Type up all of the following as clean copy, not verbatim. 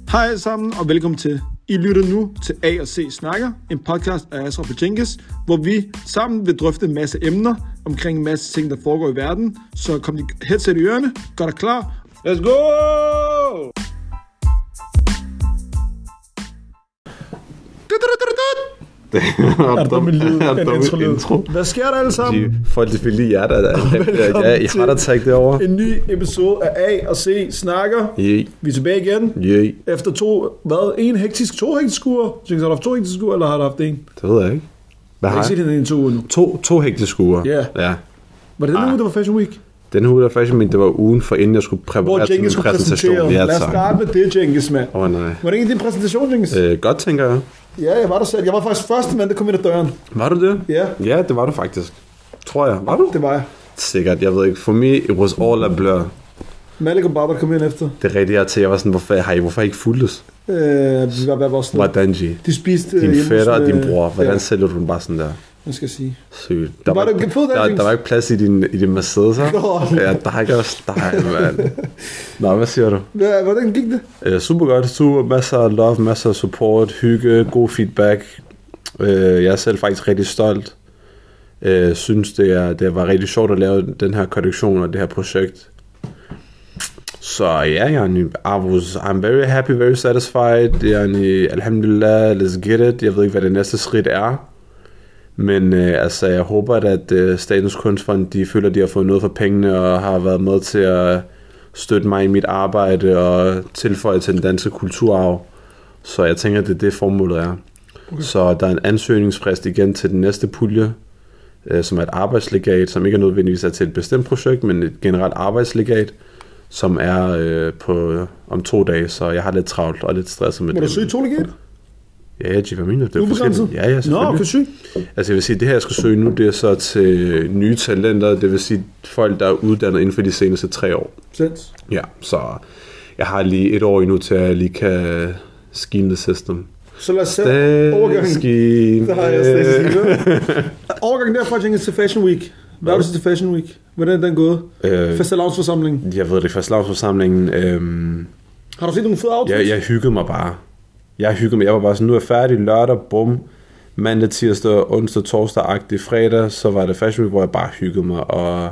Hej alle sammen, og velkommen til. I lytter nu til A og C Snakker, en podcast af Ashraf og Cengiz, hvor vi sammen vil drøfte en masse emner omkring en masse ting, der foregår i verden. Så kom de headset i ørerne, gør dig klar. Let's go! Er der en intro? Hvad sker der alle sammen? Folk vil lige hjerter. Jeg har da taget det over. En ny episode af A og C Snakker. Yeah. Vi er tilbage igen. Yeah. Efter to hektiske uger. Har du haft 2 hektiske uger, eller har du haft en? Det ved jeg ikke. Hvad har jeg? Jeg har ikke set hende i 2 uger nu. To hektiske uger? Yeah. Ja. Var det den uge, der var Fashion Week? Den uge, der var Fashion Week, det var ugen for inden jeg skulle præparere til min præsentation. Ja, lad os starte med det, Cengiz, mand. Nej. Var det ikke din præsentation, Cengiz? Godt, tænker jeg. Ja, jeg var der selv. Jeg var faktisk første mand, der kom ind ad døren. Var du det? Ja. Ja, det var du faktisk. Tror jeg. Var du? Det var jeg. Sikkert. Jeg ved ikke. For mig, it was all a blur. Malik og Barbara kom ind efter. Det er rigtigt, jeg var sådan, hvorfor ikke fulgtes? Vi var hver vores sted. Hvordan, G? De spiste din fætter og din bror. Hvordan sælger du den bare sådan der? Jeg skal sige. Sygt. Der var ikke plads i din Mercedes, så? Ja, der har ikke også dig, mand. Nå, hvad siger du? Ja, hvordan gik det? Super godt. Masser af love, masser af support, hygge, god feedback. Jeg er selv faktisk rigtig stolt. Synes, det var rigtig sjovt at lave den her korrektion og det her projekt. Så ja, I'm very happy, very satisfied. Alhamdulillah, let's get it. Jeg ved ikke, hvad det næste skridt er. Men jeg håber, at Statens Kunstfond, de føler, at de har fået noget for pengene, og har været med til at støtte mig i mit arbejde, og tilføje til den danske kulturarv. Så jeg tænker, at det er det, formålet er. Okay. Så der er en ansøgningsfrist igen til den næste pulje, som er et arbejdslegat, som ikke er nødvendigvis er til et bestemt projekt, men et generelt arbejdslegat, som er om 2 dage, så jeg har lidt travlt og lidt stresset med det. Må du søge 2 legat? Ja, Givamina, det er forskelligt. Ja, selvfølgelig. Nå, okay, syg. Altså jeg vil sige, det her jeg skal søge nu, det er så til nye talenter, det vil sige folk, der er uddannet inden for de seneste 3 år. Sinds. Ja, så jeg har lige 1 år endnu til at jeg lige kan scheme the system. Så lad os se overgangen. Der har jeg overgangen derfra, Cengiz, til Fashion Week. Hvad er du til Fashion Week? Hvordan er den gået? Fastelavnsforsamlingen? Jeg ved det, fastelavnsforsamlingen. Har du set nogle fede outfits? Jeg hyggede mig bare. Jeg var bare sådan, nu er jeg færdig, lørdag, bum, mandag, tirsdag, onsdag, torsdag-agtig, fredag, så var det Fashion Week, hvor jeg bare hyggede mig, og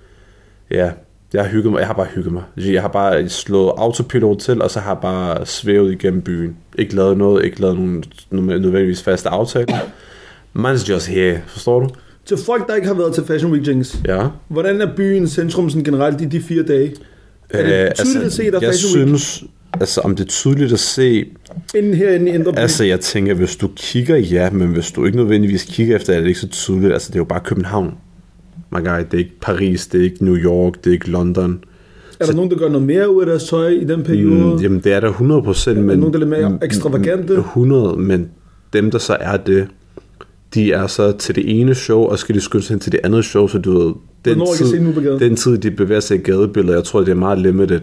ja, jeg har bare hygget mig. Jeg har bare slået autopilot til, og så har jeg bare svævet igennem byen. Ikke lavet nogen nødvendigvis faste aftaler. Man's just here, forstår du? Til folk, der ikke har været til Fashion Week, Cengiz. Ja. Hvordan er byen centrum sådan generelt i de 4 dage? Er det tydeligt at se, der Fashion Week? Om det er tydeligt at se. Inde i Indre By. Altså, jeg tænker, hvis du kigger, ja, men hvis du ikke nødvendigvis kigger efter, er det ikke så tydeligt. Altså, det er jo bare København. My guy, det er ikke Paris, det er ikke New York, det er ikke London. Er der nogen, der gør noget mere ud af deres tøj i den periode? Jamen, det er der 100%. Men er der nogen, der er lidt mere ekstravagante? 100, men dem, der så er det, de er så til det ene show, og skal de skynde sig hen til det andet show, så du ved, den tid, de bevæger sig i gadebilledet, jeg tror, det er meget limited.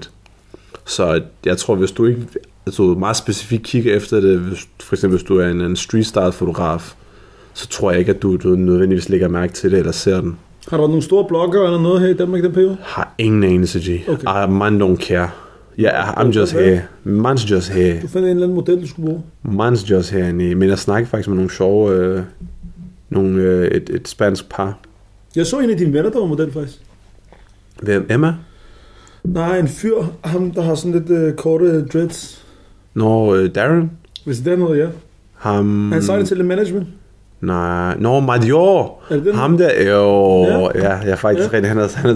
Så jeg tror, hvis du ikke meget specifikt kigger efter det, for eksempel hvis du er en street-style-fotograf, så tror jeg ikke, at du nødvendigvis lægger mærke til det, eller ser den. Har der været nogle store blogger eller noget her i Danmark i den periode? Har ingen anelse, G. Okay. Man don't care. Yeah, I'm just here. Man's just here. Du fandt en eller anden model, du skulle bruge? Man's just here, nej. Men jeg snakker faktisk med nogle sjove, et spansk par. Jeg så en af dine venner, der var model faktisk. Hvem? Emma? Nej, en fyr, ham der har sådan lidt korte dreads. Darren? Hvis det er noget, ja. Han sejler til management. Nej, Major. Ham der, jo. Ja, jeg er faktisk rigtig, han er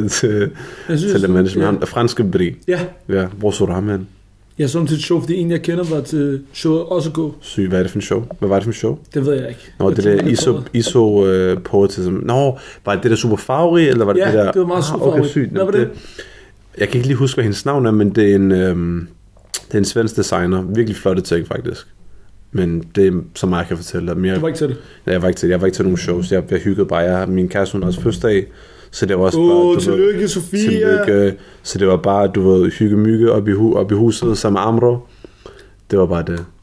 til management. Ham, franske bri. Ja. Ja, hvor så du ham hen? Jeg så ham til et show, fordi en jeg kender var til showet også gå. Syg, hvad er det for en show? Hvad var det for en show? Det ved jeg ikke. Det der ISO poetism. Var det der super farverige, eller var det det der? Ja, det var meget super farverige. Okay, sygt. Hvad var det? Jeg kan ikke lige huske, hvad hendes navn er, men det er en svensk designer. Virkelig flotte ting, faktisk. Men det er så meget, jeg kan fortælle dig. Du var ikke til det? Ja, jeg var ikke til nogle shows. Jeg hyggede bare. Min kæreste, hun har også fødselsdag. Så det var også bare... Tillykke, Sofia! Tillykke. Så det var bare, du ved, hygge op i huset sammen med Amro. Det var bare det.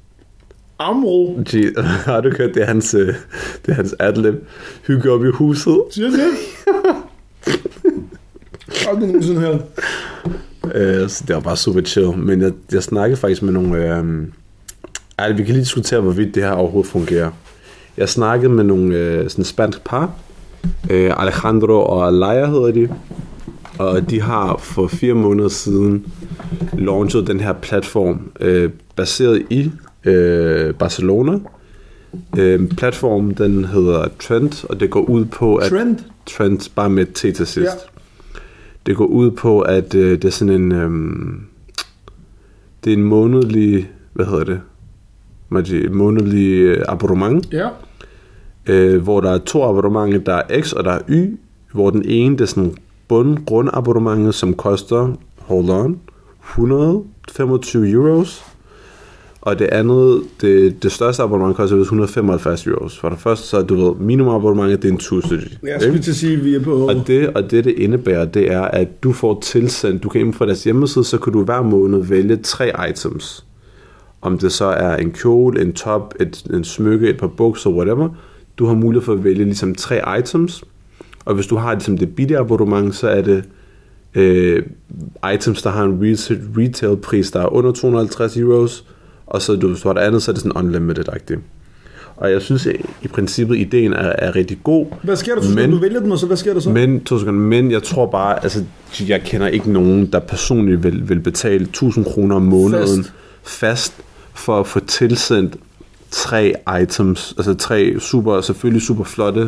Amro? Har du hørt, det er hans adlib. Hygge op i huset. Siger det? Aldrig nogensinde her. Så det var bare super chill. Men jeg snakkede faktisk med nogle... vi kan lige diskutere, hvorvidt det her overhovedet fungerer. Jeg snakkede med nogle sådan spansk par. Alejandro og Alaya hedder de. Og de har for 4 måneder siden launchet den her platform, baseret i Barcelona. Platformen, den hedder Trend, og det går ud på at... Trend, bare med T til sidst. Ja. Det går ud på, at det er sådan en... det er en månedlig... Hvad hedder det? Månedlig abonnement. Ja. Hvor der er 2 abonnementer, der er X og der er Y. Hvor den ene, det er sådan grundabonnementet, som koster, hold on, 125 euros. Og det andet, det største abonnement koster 175 euros. For det første, så du ved, minimumabonnementet, det er en tusinde. Jeg skulle til at sige, vi er på... Og det indebærer, det er, at du får tilsendt, du kan inden for deres hjemmeside, så kan du hver måned vælge 3 items. Om det så er en kjole, en top, en smykke, et par bukser, whatever. Du har mulighed for at vælge ligesom 3 items. Og hvis du har ligesom det billige abonnement, så er det items, der har en retail pris, der er under 250 euros. Og så hvis du har det andet, så er det sådan unlimited-agtigt. Og jeg synes i princippet, ideen er rigtig god. Hvad sker der, når du vælger den, og så hvad sker der så? Men jeg tror bare, altså jeg kender ikke nogen, der personligt vil betale 1000 kroner om måneden fast for at få tilsendt 3 items, altså 3 selvfølgelig super flotte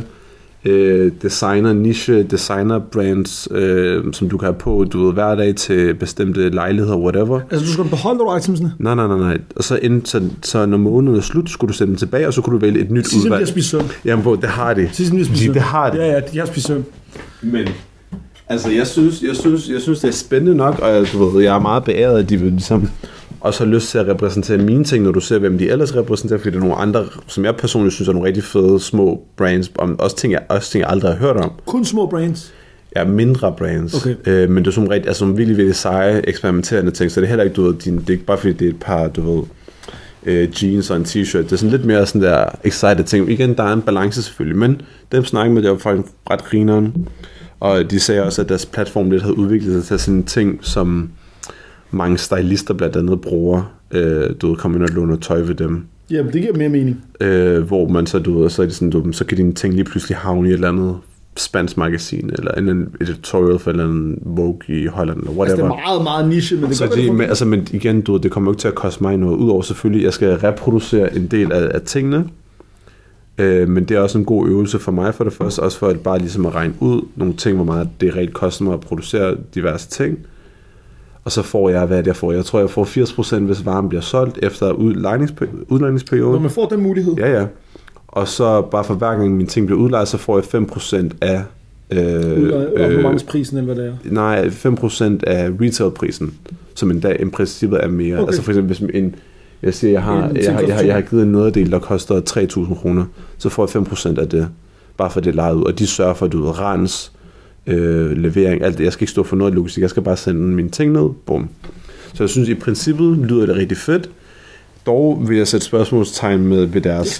designer brands, som du kan have på, du ved, hver dag til bestemte lejligheder, whatever. Altså du skal beholde nogle itemsene? Nej. Og så når måneden er slut, skulle du sende dem tilbage, og så kunne du vælge et nyt udvalg. Sidst jeg spiste søvn. Jamen det har de. Det har de. Ja, de har spist søvn. Men altså jeg synes det er spændende nok, og du ved, jeg er meget beæret, at de vil ligesom også har lyst til at repræsentere mine ting, når du ser, hvem de ellers repræsenterer, fordi der er nogle andre, som jeg personligt synes er nogle rigtig fede små brands, også ting, jeg aldrig har hørt om. Kun små brands? Ja, mindre brands. Okay. Men det er sådan rigtig, altså virkelig, virkelig seje, eksperimenterende ting, så det er heller ikke, du ved, det er ikke bare fordi det er et par, du ved, jeans og en t-shirt. Det er sådan lidt mere sådan der excited ting. Igen, der er en balance selvfølgelig, men dem snakker med, det var faktisk ret grineren. Og de sagde også, at deres platform lidt havde udviklet sig til sådan en ting, som mange stylister blandt andet bruger. Du ved, kommer ind og låner tøj ved dem. Jamen, det giver mere mening. Hvor man så, du ved, så er det sådan, så kan dine ting lige pludselig havne i et eller andet spansk magasin, eller en editorial for en eller anden Vogue i Holland, eller whatever. Altså, det er meget, meget niche, men det så det, men igen, du ved, det kommer ikke til at koste mig noget, udover selvfølgelig, jeg skal reproducere en del af tingene, men det er også en god øvelse for mig for det første, også for at bare ligesom at regne ud nogle ting, hvor meget det reelt koster mig at producere diverse ting. Og så får jeg, hvad jeg får. Jeg tror, jeg får 80%, hvis varen bliver solgt efter udlejningsperioden. Når man får den mulighed? Ja. Og så bare for hver gang mine ting bliver udlejet, så får jeg 5% af... abonnementsprisen, eller hvad det er? Nej, 5% af retailprisen, som en dag i princippet er mere. Okay. Altså for eksempel, hvis jeg siger, jeg har givet en nederdel, der koster 3.000 kroner, så får jeg 5% af det, bare for det lejet ud. Og de sørger for, at du rens, levering, alt det. Jeg skal ikke stå for noget logistik, jeg skal bare sende mine ting ned, bum. Så jeg synes, i princippet lyder det rigtig fedt. Dog vil jeg sætte spørgsmålstegn ved deres,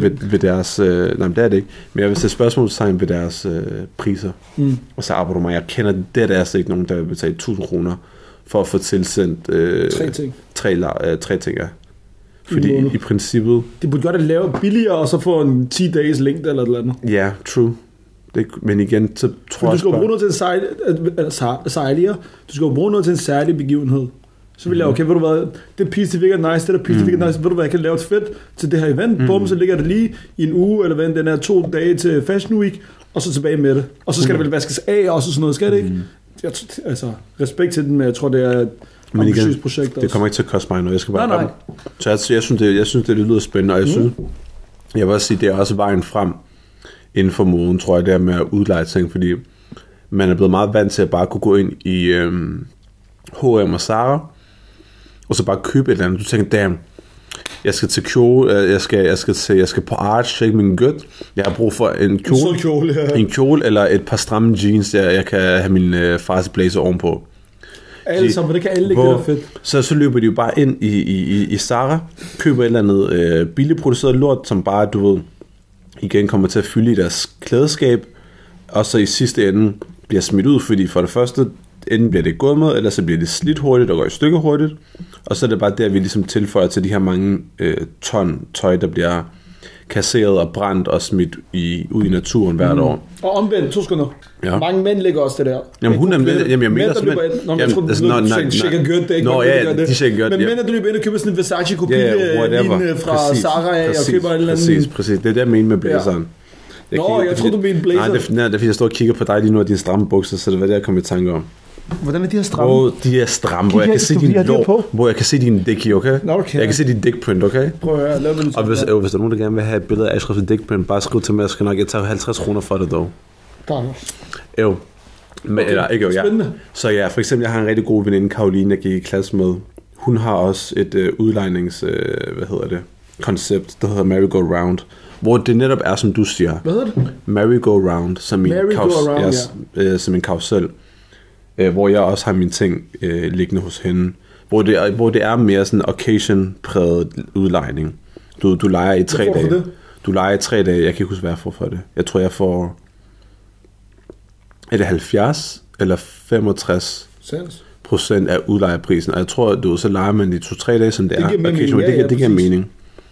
nej, det er det ikke, men jeg vil sætte spørgsmålstegn ved deres priser. Og så abonnement. Jeg kender det, der er ikke nogen, der vil betale 1.000 kroner for at få tilsendt 3 ting, ja. Fordi i princippet... Det burde godt at lave billigere, og så få en 10 dages længde eller et eller andet. Ja, true. Men igen, så tror jeg... Du skal jo bruge noget til Du skal jo bruge noget til en særlig begivenhed. Så vil jeg, okay, ved du hvad, det piece, det virker nice, det der piece, det virker nice, ved du hvad, jeg kan lave et fedt til det her event, bum, så ligger det lige i en uge, eller hvad, den er 2 dage til Fashion Week, og så tilbage med det. Og så skal det vel vaskes af, og sådan noget, skal det ikke? Altså, respekt til den, men jeg tror, det er et ambitiøst projekt også. Det kommer ikke til at koste mig noget, jeg skal bare... Nej. Så jeg synes, det lyder spændende, og jeg vil også sige, det er også vejen frem inden for moden, tror jeg, det er med at udleje ting, fordi man er blevet meget vant til at bare kunne gå ind i H&M og Zara, og så bare købe et eller andet. Du tænker, damn, jeg skal til kjole, jeg skal på Arch, tjekke min gød. Jeg har brug for en kjole eller et par stramme jeans, jeg kan have min fars blazer ovenpå. Alle sammen, det kan alle ikke, det er fedt. Så løber de jo bare ind i Zara, køber et eller andet billigproduceret lort, som bare, du ved, igen kommer til at fylde i deres klædeskab, og så i sidste ende bliver smidt ud, fordi for det første, enten bliver det gået med, eller så bliver det slidt hurtigt og går i stykker hurtigt. Og så er det bare der, vi ligesom tilføjer til de her mange ton tøj, der bliver kasseret og brændt og smidt ud i naturen hvert år. Og omvendt, 2 sekunder. Ja. Mange mænd ligger også det der. Jamen hun er med, jamen jeg mener simpelthen... Nå, jeg tror, du tjekker godt, det er ikke noget, de tjekker godt. Men mænd, der løber ind og køber sådan en Versace-kopi fra Zara og køber en eller anden... Præcis. Det er det, jeg mener med blazeren. Jeg tror du mener blazer. Nej, det er fordi, jeg står og kigger på dig lige nu, og dine stramme bukser, så det var det, jeg kom i tanke om. Hvordan er de her stramme? De er stramme, hvor jeg kan se din lår, hvor jeg kan se din dick i, okay? Jeg kan se din dickprint, okay? Prøv at lave det. Og hvis der er nogen, der gerne vil have et billede af Ashrafs dickprint, bare skriv til mig, jeg skal nok, jeg tager 50 kroner for det dog. Jo. Men, eller ikke jo, ja. Så ja, for eksempel, jeg har en rigtig god veninde, Karoline, jeg gik i klasse med. Hun har også et udlejnings, koncept, der hedder merry-go-round, hvor det netop er, som du siger. Hvad hedder det? Merry-go-round, som en karusel. Hvor jeg også har mine ting liggende hos hende. Hvor det er mere sådan occasion-præget udlejning. Du leger i 3 dage. Du leger i 3 dage. Jeg kan ikke huske, hvad jeg får for det. Jeg tror, jeg får... Er det 70 eller 65% af udlejerprisen? Og jeg tror, så leger man i 2-3 dage, som det er. Det giver mening.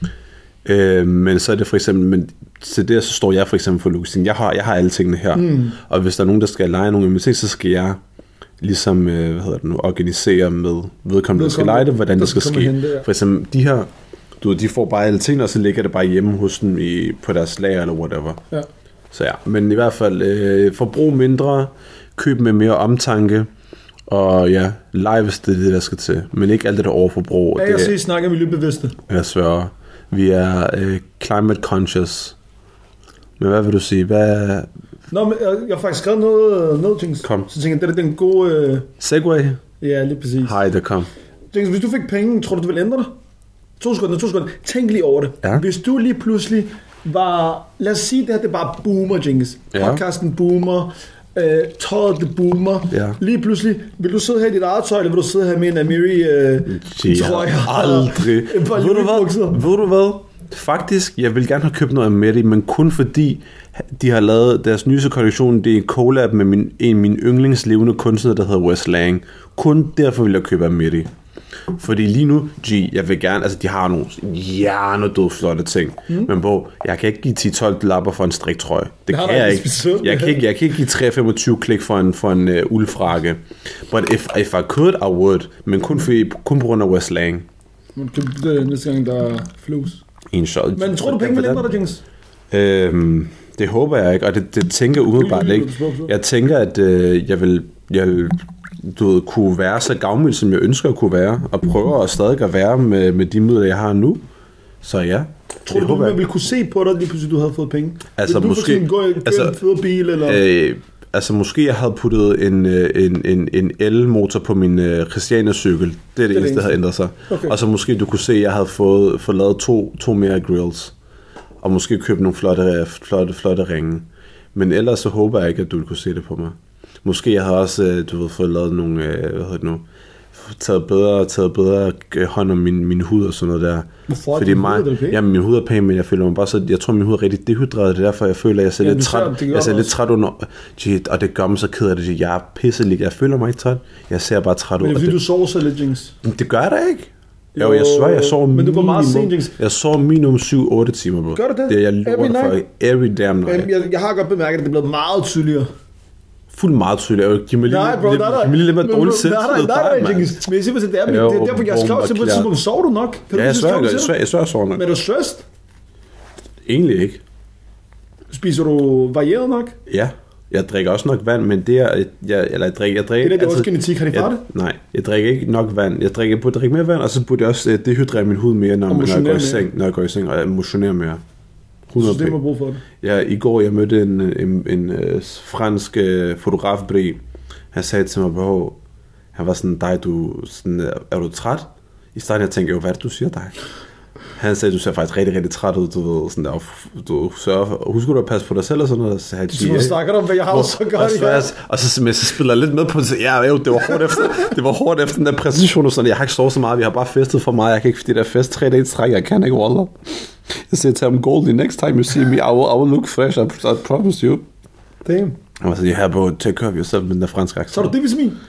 Men så er det for eksempel, men til det så står jeg for eksempel for logistik. Jeg har alle tingene her, og hvis der er nogen, der skal lege nogle ting, så skal jeg ligesom organisere med vedkommende, der skal lege det, hvordan det skal ske. For eksempel de her, de får bare alle tingene, og så ligger det bare hjemme hos dem på deres lager eller whatever. Ja. Så ja, men i hvert fald forbrug mindre, køb med mere omtanke, og ja, lege hvis det er det, der skal til, men ikke alt det der overforbrug. Ja, jeg siger, snakker miljøbevidste. Jeg sværger. Vi er climate conscious. Men hvad vil du sige? Nå, men jeg har faktisk skrevet noget Jinx. Kom. Så tænker jeg, det er den gode... Segway? Ja, lige præcis. Hej, der kom. Jinx, hvis du fik penge, tror du ville ændre dig? 2 sekunder. Tænk lige over det. Ja. Hvis du lige pludselig var... Lad os sige, det her det bare boomer, Jinx. Ja. Podcasten boomer. Tøjet det boomer. Ja. Lige pludselig, vil du sidde her i dit eget tøj, eller vil du sidde her med en Amiri trøje? Aldrig. Ved du hvad? Faktisk, jeg vil gerne have købt noget Amiri, men kun fordi de har lavet deres nyeste kollektion, det er en collab med en af mine yndlingslevende kunstnere, der hedder Wes Lang. Kun derfor vil jeg købe Amiri. Fordi lige nu, jeg vil gerne, altså de har nogle hjernedøde flotte ting, men jeg kan ikke give 10-12 lapper for en striktrøje. Det kan jeg ikke. Jeg kan ikke give 3-25 klik for en uldfrakke. But if I could, I would. Men kun på grund af Wes Lang. Men køb det næste gang, der er flus. En shot. Men tror du penge vil ændre dig, Jinx? Det håber jeg ikke, og det tænker jeg umiddelbart ikke. Jeg tænker, at jeg vil kunne være så gavmild, som jeg ønsker at kunne være, og prøve at stadig at være med de midler, jeg har nu. Så ja. Tror du, man ville kunne se på dig, lige pludselig du havde fået penge? Altså vil du måske... gå i en fed bil, eller... Altså måske jeg havde puttet en el-motor på min Christiania-cykel. Det er det eneste, der havde ændret sig. Okay. Og så måske du kunne se, at jeg havde fået lavet to mere grills. Og måske købt nogle flotte ringe. Men ellers så håber jeg ikke, at du ville kunne se det på mig. Måske jeg havde også fået lavet nogle, taget bedre hånd om min hud og sådan noget der. Hvorfor? Fordi min hud er pæn, men jeg føler mig bare så, jeg tror min hud er rigtig dehydreret, det er derfor jeg føler, at jeg ser lidt træt under, og det gør mig så ked af det, jeg er pisselig, jeg føler mig ikke træt, jeg ser bare træt ud. Men det er fordi du sover så lidt, Jinx. Det gør jeg da ikke. Jo, jeg sover men du går meget sent, Jinx. Jeg sover minimum 7-8 timer, bro. Gør du det? Det er jeg lover for every damn night. Jeg har godt bemærket, at det er blevet meget tydeligere. Fuldt meget tydeligt. Giv mig lige lidt mere dårligt selv. Nej, Jinx. Men jeg siger, det er derfor, jeg skrev til på et tidspunkt. Sover du nok? Ja, jeg sover nok. Men er du stressed? Egentlig ikke. Spiser du varieret nok? Ja. Jeg drikker også nok vand, men det er... Jeg drikker... Det er også genetik, har de fra det? Nej, jeg drikker ikke nok vand. Jeg burde drikke mere vand, og så burde jeg også dehydrere min hud mere, når jeg går i seng, og jeg motionerer mere. 100%. Så det må brug for det. Ja, i går jeg mødte en fransk fotograf, Bri. Han sagde til mig, bro, han var sådan, er du træt? I starten jeg tænkte, hvad er det, du siger, dig? Han sagde, du ser faktisk rigtig, rigtig træt ud, du ved, sådan der, du sørger, husker du at passe på dig selv og sådan noget? Så sagde han, du snakker om, hvad jeg har så godt, og så spiller jeg lidt med på det, det var hårdt efter den der præsentation, og sådan, jeg har ikke sovet så meget, vi har bare festet for meget, jeg kan ikke, fordi der fest 3 dage i træk, jeg kan ikke, wallah. Jeg siger til ham, Goldie, next time you see me, I will look fresh, I promise you. Damn. Og så, yeah, bro, take care of yourself med den der franske accent. Så er du det, hvis min?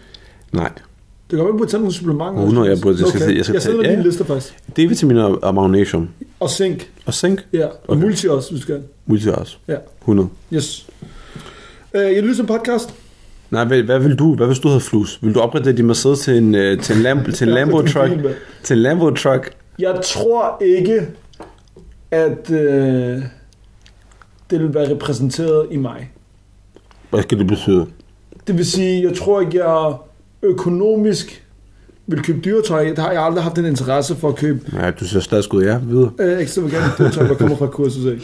Nej. Det kan godt være, at du burde tage nogle supplementer. 100, jeg Jeg sidder med din liste faktisk. D-vitamin og magnesium. Og zink. Og zink? Ja, og okay. Multi også, hvis du skal. Multi også? Ja. 100. Yes. Jeg lytter til en podcast. Nej, hvad vil du? Hvad hvis du havde flus? Vil du opgradere din Mercedes til en Lambo truck? Til en Lambo truck? Jeg tror ikke, at det vil være repræsenteret i mig. Hvad skal det betyde? Det vil sige, jeg tror ikke, jeg økonomisk vil købe dyretøj. Det har jeg aldrig haft en interesse for at købe. Nej, du ser stadig ud, ja, videre. Ekstravagant dyretøj, der kommer fra kursus af.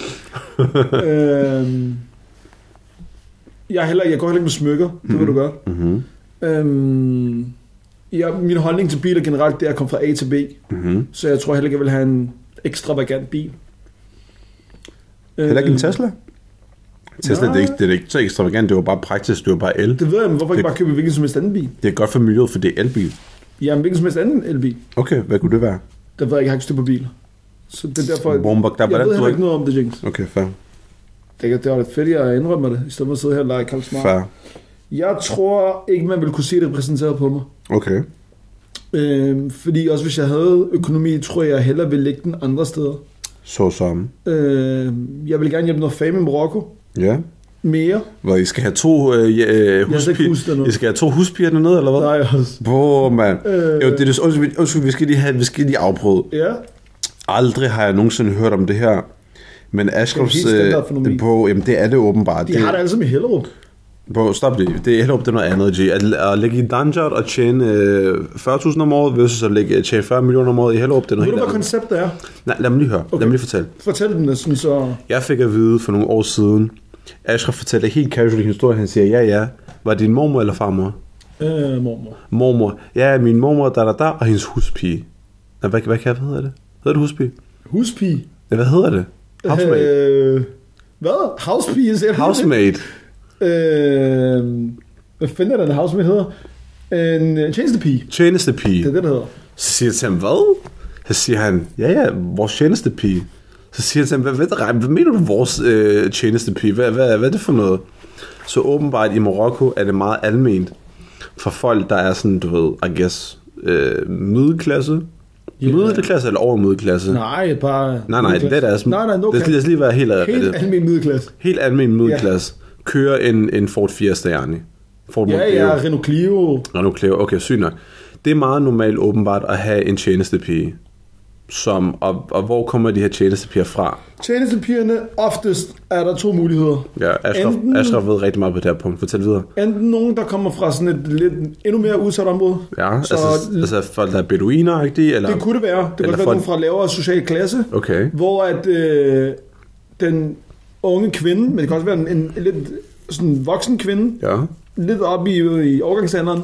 Jeg går heller ikke med smykker, det ved du godt. Mm-hmm. Min holdning til biler generelt, det er at komme fra A til B. Mm-hmm. Så jeg tror heller ikke, jeg vil have en ekstravagant bil. Heller ikke en Tesla? Tesla, det er ikke så ekstravagant, det var bare praktisk, det var bare el. Det ved jeg, men hvorfor ikke bare købe hvilken som helst anden bil? Det er godt for miljøet, for det er elbil. Jamen, hvilken som helst anden elbil. Okay, hvad kunne det være? Der ved jeg ikke, jeg har ikke styr på biler. Så det er derfor, jeg ved heller ikke noget om det, Jinx. Okay, fair. Det var lidt fedt, jeg indrømmer det, i stedet for at sidde her og lege Karl Smart. Fair. Jeg tror ikke, man ville kunne se det repræsenteret på mig. Okay. Fordi også hvis jeg havde økonomi, tror jeg hellere ville lægge den andre steder. Så som? Jeg vil gerne hjælpe noget fame i Marokko. Ja. Mere. Hvad, I skal have to huspiger? I skal have to huspiger dernede, eller hvad? Nej, også. Mand. Jo, det er vi skal lige afprøve. Ja. Aldrig har jeg nogensinde hørt om det her. Men Ashrafs på, jamen det er det åbenbart. De har det alle sammen i Hellerup. Stop det. Det er Hellerup, det er noget andet, G. At ligge i Danjat og tjene 40.000 om året, versus at tjene 40 millioner om året i Hellerup, det er noget helt andet. Hvad konceptet er? Nej, lad mig lige høre. Okay. Lad mig lige fortælle. Fortæl den næsten så. Jeg fik at vide for nogle år siden, Ashraf fortalte helt casual i historie, han siger, ja, var det din mormor eller farmor? Mormor. Mormor. Ja, min mormor, der, og hendes huspige. Hvad hedder det? Hedder det huspige? Huspige? Ja, hvad hedder det? Housemaid. Hvad? Housepige? Housemaid. Hvad fanden er den housemaid hedder? En tjenestepige. Tjenestepige. Det er det, der hedder. Så siger jeg til ham, hvad? Så siger han, ja, vores tjenestepige. Så siger jeg til ham, hvad mener du vores tjenestepige? Hvad er det for noget? Så åbenbart i Marokko er det meget alment for folk, der er sådan, du ved, I guess, middelklasse. Yeah. Middelklasse eller over middelklasse? Nej, bare... Nej, det er deres... Nej, no lad os lige være helt almen middelklasse. Helt almen middelklasse. Yeah. Kører en Ford Fiesta, Arne. Renault Clio. Renault Clio, okay, sygt nok. Det er meget normalt åbenbart at have en tjenestepige. Og hvor de her tjenestepiger fra? Tjenestepigerne, oftest er der to muligheder. Ja, Ashraf ved rigtig meget på det her punkt. Fortæl videre. Enten nogen, der kommer fra sådan et lidt endnu mere udsat område. Ja, altså folk, der er beduiner-agtige? Eller? Det kunne det være. Det kunne være nogen fra lavere social klasse. Okay. Hvor at den unge kvinde, men det kan også være en lidt sådan voksen kvinde, ja. Lidt op i overgangsalderen,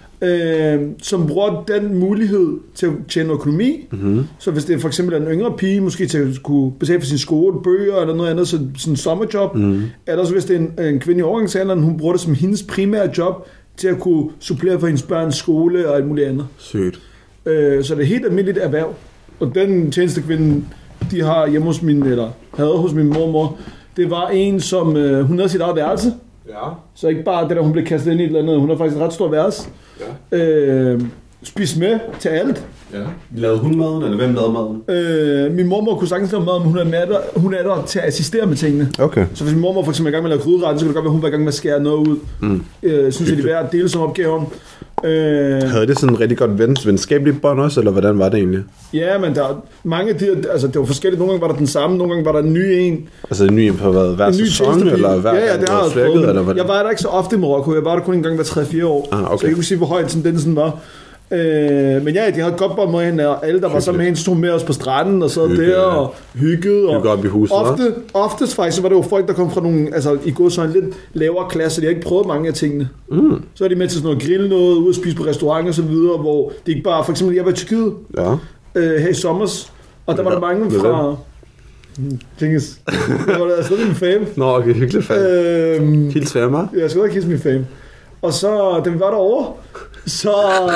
som bruger den mulighed til at tjene økonomi. Mm-hmm. Så hvis det for eksempel er en yngre pige, måske til at kunne betale for sin skole, bøger eller noget andet, så sådan en sommerjob. Mm-hmm. Eller så hvis det er en kvinde i overgangsalderen, hun bruger det som hendes primære job til at kunne supplere for hendes børns skole og alt muligt andet. Sygt. Så det er helt almindeligt erhverv. Og den tjenestekvinde, de har hjemme hos havde hos min mormor, det var en, som hun havde sit eget værelse. Ja. Så ikke bare det der, hun blev kastet ind i et eller andet. Hun har faktisk et ret stort værelse. Ja. Spis med til alt. Ja. Lavede hun maden, eller hvem lavede maden? Min mormor kunne sagtens lave maden, men hun er der til at assistere med tingene. Okay. Så hvis min mormor for eksempel er i gang med at lave gryderetten, så kan det godt være, hun var i gang med at skære noget ud. Synes jeg, det er værd at dele som opgaven. Havde det sådan en rigtig godt venskabeligt bånd også, eller hvordan var det egentlig? Ja, men der er mange af de, altså det var forskelligt. Nogle gange var der den samme, nogle gange var der en ny en. Altså en ny en på hvad? Hver sæson, eller hver ja, det har jeg flækket, eller hvad? Jeg var der ikke så ofte i Marokko. Jeg var der kun en gang hver 3-4 år. Okay. Så jeg kunne sige, hvor højt tendensen var. Men ja, de havde et godt bånd med hende, og alle, der var sammen med hende, stod med os på stranden og sad der og hyggede. Hygge op i huset, oftest faktisk, så var det jo folk, der kom fra nogle, altså i går så en lidt lavere klasse, de har ikke prøvet mange af tingene. Så er de med til sådan noget grill noget, ude at spise på restauranter og så videre, hvor det ikke bare, for eksempel, jeg var i Tyrkiet her i sommers, og der var der mange fra... Tinges. Det var da stadig min fame. Nå, okay, hyggeligt fame. Helt sværmer. Jeg skulle ikke hilse min fame. Og så, da vi var derovre, så...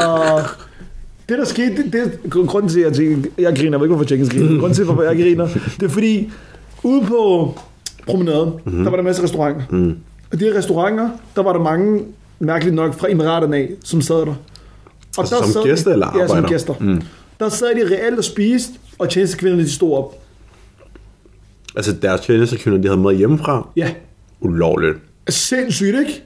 Det der skete, det er grunden til, at jeg griner. Jeg ved ikke, hvorfor Jenkins griner. Grunden til, hvorfor jeg griner, det er fordi, ude på promenaden, der var der masser af restauranter. Og de her restauranter, der var der mange, mærkeligt nok, fra Emiraterne af, som sad der. Og altså som gæster eller arbejder? Ja, som gæster. Der sad de reelt og spiste, og tjenestekvinderne de stod op. Altså deres tjenestekvinder, de havde mad hjemmefra? Ja. Ulovligt. Sindssygt, ikke?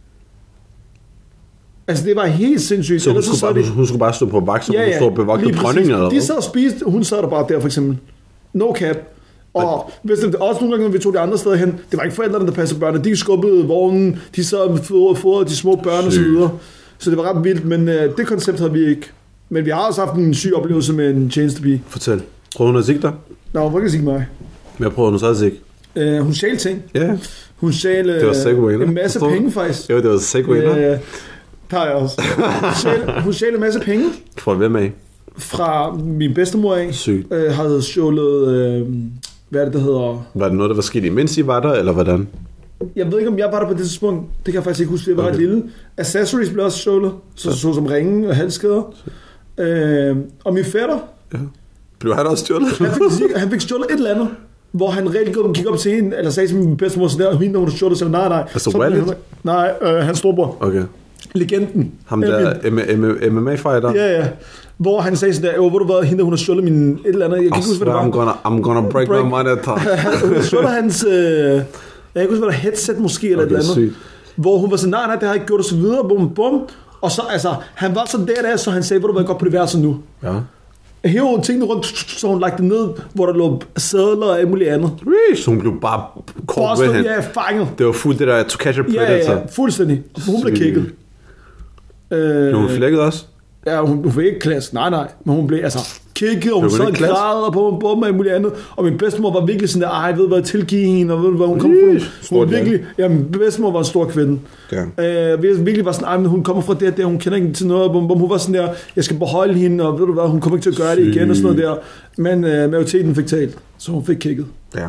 Altså det var helt sindssygt. Så hun skulle bare stå på vagt, som hun stod og bevogte dronningen eller de sad og spiste, hun sad der bare der for eksempel. No cap. Og hvis det også nogle gange, når vi tog de andre steder hen, det var ikke forældrene, der passede børnene. De skubbede vognen, de sad og fodrede de små børn og så videre. Så det var ret vildt, men det koncept havde vi ikke. Men vi har også haft en syg oplevelse med en tjenestepige. Fortæl. Prøvede hun at sigte dig? Nej, hun var ikke at sigte mig. Hvad prøvede hun så at sigte? Hun stjal ting. Ja. Hun stjal en masse penge faktisk. Jo, det var Segway. Der har jeg også. Hun stjal en masse penge. Fra hvem af? Fra min bedstemor af. Sygt. Havde stjålet, hvad er det, der hedder? Var det noget, der var sket imens I var der, eller hvordan? Jeg ved ikke, om jeg var der på det tidspunkt. Det kan jeg faktisk ikke huske, det var ret lille. Accessories blev også stjålet, så som ringe og halskæder. Og min fætter. Ja. Blev han også stjålet? Han fik stjålet et eller andet, hvor han reelt gik op til hende, eller sagde til min bedstemor, sådan der, hende, hun stjålet, så nej. Altså Wallet? Nej, hans storbror. Okay. Legenden. Ham der MMA-fighter? Ja. Hvor han sagde sådan der, hvor du var, hende, hun har stjålet min et eller andet, jeg kan ikke huske, hvad det var. I'm gonna break my money. Hun har stjålet hans, jeg kan ikke huske, hvad der headset måske, eller et eller andet. Sygt. Hvor hun var sådan, nej, det har jeg ikke gjort, og så videre, bum. Og så, altså, han var sådan der, så han sagde, hvor du var godt på det værelse nu. Ja. Her hun tingene rundt, så hun lagde det ned, hvor der lå sadler og alt muligt andet. Så hun blev bare kort ved hende. Ja, fanget. Det var fuldt det der to catch a predator. Ja, fuldstændig. Hun blev kigget. Blev hun flækket også? Ja, hun fik ikke klasse. Nej. Men hun blev altså kigget, og hun sad og græd på og alt muligt andet. Og min bedstemor var virkelig sådan der, ej, ved hvad, tilgive hende, og ved hvad, hun kom fra. Hun virkelig, ja, min bedstemor var en stor kvinde. Ja. Virkelig var sådan, ej, men hun kommer fra det der, hun kender ikke til noget. Hun var sådan der, jeg skal beholde hende, og ved du hvad, hun kommer ikke til at gøre det igen, og sådan noget der. Men majoriteten fik talt, så hun fik kigget. Ja.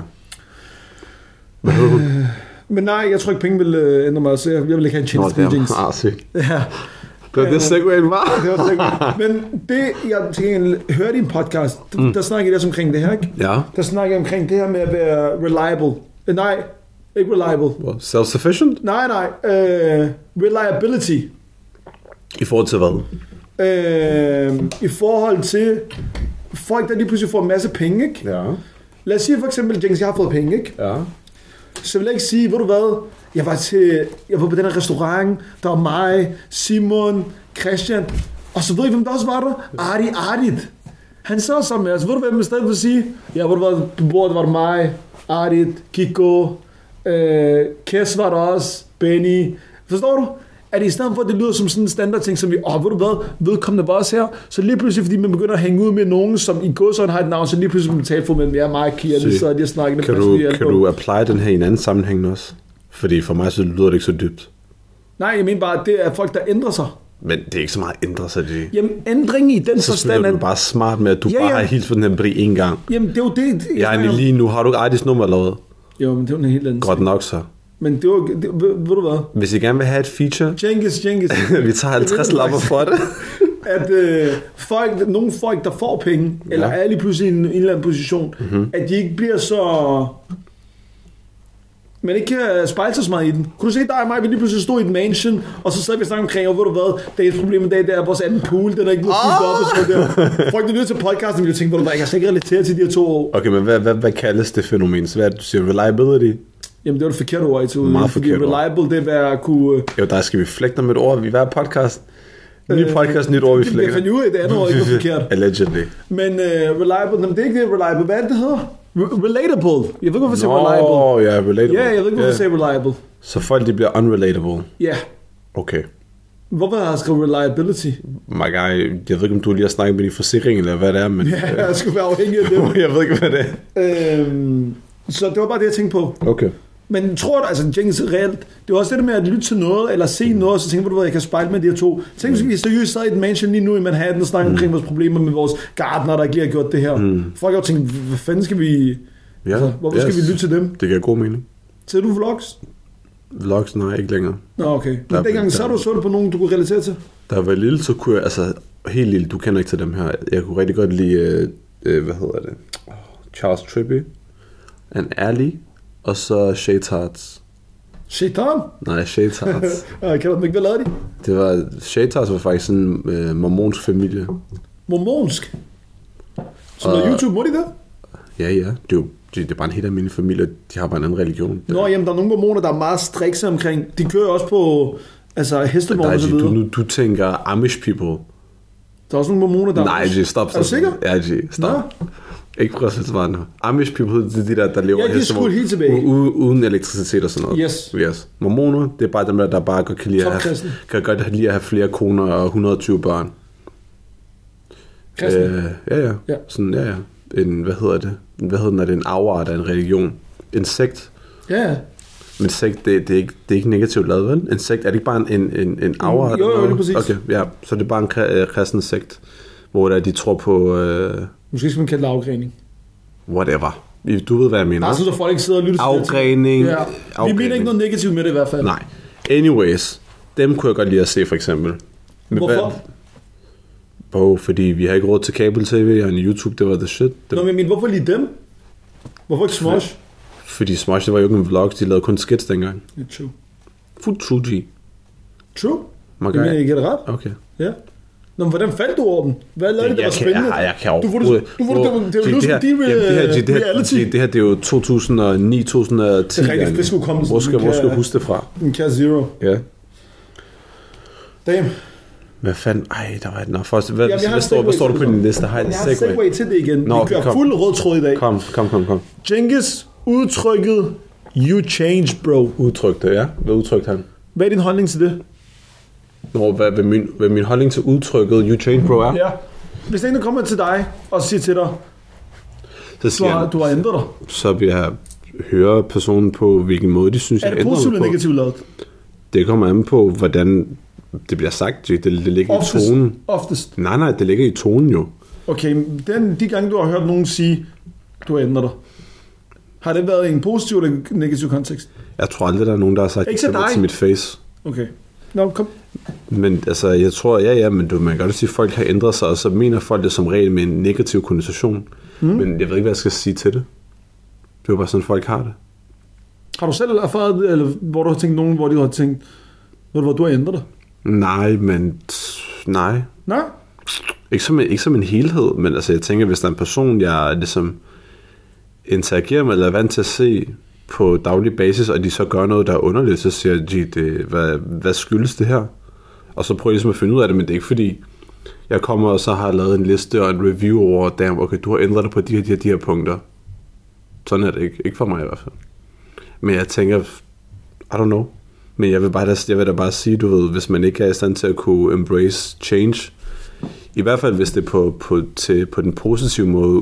Men nej, jeg tror ikke, penge vil ændre mig, så jeg vil ikke have en tjeneste. Ja. Det var det Segwayen var. Det var Segwayen. Men det, jeg tænker, hørte i en podcast, der snakker jeg også omkring det her, ikke? Ja. Der snakker jeg omkring det her med at være reliable. Nej, ikke reliable. Self-sufficient? Nej. Reliability. I forhold til hvad? I forhold til folk, der lige pludselig får en masse penge, ikke? Ja. Lad os sige for eksempel, James, jeg har fået penge, ikke? Ja. Så vil jeg ikke sige, ved du hvad, jeg var på den her restaurant, der var mig, Simon, Christian, og så ved I, hvem der også var der? Ardit. Han sad sammen med os. Ved du hvad, man stadig vil sige? Ja, ved du hvad, på bordet var der mig, Ardit, Kiko, Kes var der også, Benny. Forstår du? At i stedet for, at det lyder som sådan en standardting, som vi, ved du hvad, vedkommende var også her, så lige pludselig, fordi man begynder at hænge ud med nogen, som i gåsøjne har et navn, så lige pludselig man taler for med, ja, mig og Kia, så de har snakket. Kan du apply den her i en anden sammenhæng også? Fordi for mig så lyder det ikke så dybt. Nej, jeg mener bare, at det er folk, der ændrer sig. Men det er ikke så meget at ændre sig, det. Jamen, ændring i den så forstand... Så du bare smart med, at du bare har hilst for den her bri en gang. Jamen, det er jo det... Lige nu har du ikke Ardis nummer eller hvad? Jo, men det er jo en helt anden... Godt nok så. Men det var... ved du hvad? Hvis I gerne vil have et feature... Jenkins. vi tager 50 lapper for det. At nogle folk, der får penge, eller er lige pludselig i en eller anden position, at de ikke bliver så... Men ikke kan spejle sig så meget i den. Kunne du se dig og mig, vi lige pludselig stod i et mansion, og så sad vi og snakkede omkring, og ved du hvad, det er et problem i dag, der er vores anden pool, den er ikke blevet fyldt op og sådan der. Folk, der lytter til podcasten, vil jo tænke, ved du hvad, jeg kan slet ikke relatere til de her 2 år. Okay, men hvad kaldes det fænomen? Så hvad er det, du siger? Reliability? Jamen, det var det forkerte ord, I tog. Meget forkert ord. Reliable, det er at kunne... Jo, der skal vi flægte med et ord. Vi er podcast. Ny podcast, nyt ord, vi flægter. Jeg fandt ud af, det andet ord ikke var forkert. Allegedly. Men reliable, det er ikke det reliable. Hvad er det hedder? Relatable. Jeg ved ikke, hvorfor jeg siger reliable. Ja, relatable. Ja, jeg ved ikke, hvorfor jeg siger reliable. Så folk, de bliver unrelatable. Ja. Okay. Hvorfor har jeg skrevet reliability? My guy, jeg ved ikke, om du lige har snakket med din forsikring, eller hvad det er, men... Ja, jeg skulle være afhængig af det. Jeg ved ikke, hvad det er. Så det var bare det, jeg tænkte på. Okay. Men tror du, altså Jenkins reelt, det var også det med at lytte til noget, eller se noget, og så tænker du, at jeg kan spejle med de her 2. Tænk, hvis vi seriøst sad i et mansion lige nu i Manhattan og snakker omkring vores problemer med vores gardener, der ikke lige har gjort det her. Folk har jo tænkt, hvad fanden skal vi... Ja, altså, hvorfor skal vi lytte til dem? Det giver god mening. Ser du vlogs? Vlogs? Nej, ikke længere. Nå, okay. Men dengang så du på nogen, du kunne relatere til? Da jeg var lille, så kunne jeg, altså helt lille, du kender ikke til dem her. Jeg kunne rigtig godt lide, hvad hedder det? Charles Trippy, and Ali, og så Shay Tarts. Shaitan? Nej, Shay Tarts. Kan du dem ikke, hvad lavede de? Det var... Shaytas var faktisk en mormonsk familie. Mormonsk? Så når YouTube, må de det? Ja. Det er bare en helt almindelig familie. De har bare en anden religion. Nå, jamen, der er nogle mormoner, der er meget strikse omkring. De kører også på hestevogn og så videre. Du tænker Amish people. Der er også nogle mormoner, der... Nej, stop. Er du sikker? Ja, stop. Nå. Ikke prøv at sætte svaret nu. Amish people, det er de der lever i hestevogn uden elektricitet og sådan noget. Yes. Mormoner, det er bare dem, der bare godt kan lide at have flere koner og 120 børn. Ja. Sådan, ja. Hvad hedder det, når det er en afart af en religion? En sekt. Ja. Men sekt, det er ikke negativt lavet, vel? En sekt, er det ikke bare en afart? Jo, det er præcis. Okay, ja. Så det er bare en kristen sekt, hvor de tror på... Måske skal man kalde det afgrening. Whatever. Du ved, hvad jeg mener. Der er sådan, at folk ikke sidder og lytter til afgrening. Ja. Vi mener ikke noget negativt med det i hvert fald. Nej. Anyways, dem kunne jeg godt lide at se, for eksempel. Hvorfor? Fordi vi har ikke råd til kabel-tv, og YouTube, det var the shit. Nå, men hvorfor lige dem? Hvorfor ikke Smosh? Fordi Smosh, det var jo ikke en vlog, de lavede kun skits dengang. Ja, true. Fuld true, G. True? Det mener jeg ikke er ret. Okay. Ja. Nå, men hvordan faldt du over dem? Hvad lavede det, der var spændende? Jeg kan overhovedet... Det her, det er jo 2009-2010. Det er rigtigt, det skulle komme. Hvor skal jeg huske det fra? En Cat Zero. Ja. Damn. Hvad fanden? Ej, der var et... Nå, først, hvad står du på din liste? Jeg har segway til det igen. Nå, vi kører fuld rød tråd i dag. Kom. Cengiz udtrykket you change, bro. Udtrykte, ja. Hvad udtrykte han? Hvad er din holdning til det? Nå, hvad min holdning til udtrykket you change, bro er? Ja. Hvis der kommer til dig og siger til dig, du har ændret dig. Så vil jeg høre personen på, hvilken måde de synes, jeg ændrer mig på. Er det positivt eller negativt lavet? Det kommer an på, hvordan det bliver sagt. Det ligger i tonen. Oftest? Nej, det ligger i tonen jo. Okay, de gange du har hørt nogen sige, du har ændret dig, har det været i en positiv eller negativ kontekst? Jeg tror aldrig, der er nogen, der har sagt det til mit face. Okay. Nå, kom. Men altså, jeg tror, men man kan godt sige, at folk har ændret sig, og så mener folk det som regel med en negativ konnotation. Men jeg ved ikke, hvad jeg skal sige til det. Det er bare sådan, folk har det. Har du selv erfaret, eller hvor du har tænkt nogen, hvor de har tænkt, hvor du har ændret dig? Nej. Nej? Ikke som en helhed, men altså, jeg tænker, hvis der er en person, jeg ligesom interagerer med, eller er vant til at se på daglig basis, og de så gør noget, der er underligt, så siger de, hvad skyldes det her? Og så prøver jeg ligesom at finde ud af det, men det er ikke fordi, jeg kommer og så har lavet en liste og en review over, okay, du har ændret dig på de her punkter. Sådan er det ikke for mig i hvert fald. Men jeg tænker, I don't know. Men jeg vil da bare sige, du ved, hvis man ikke er i stand til at kunne embrace change, i hvert fald hvis det er på den positive måde,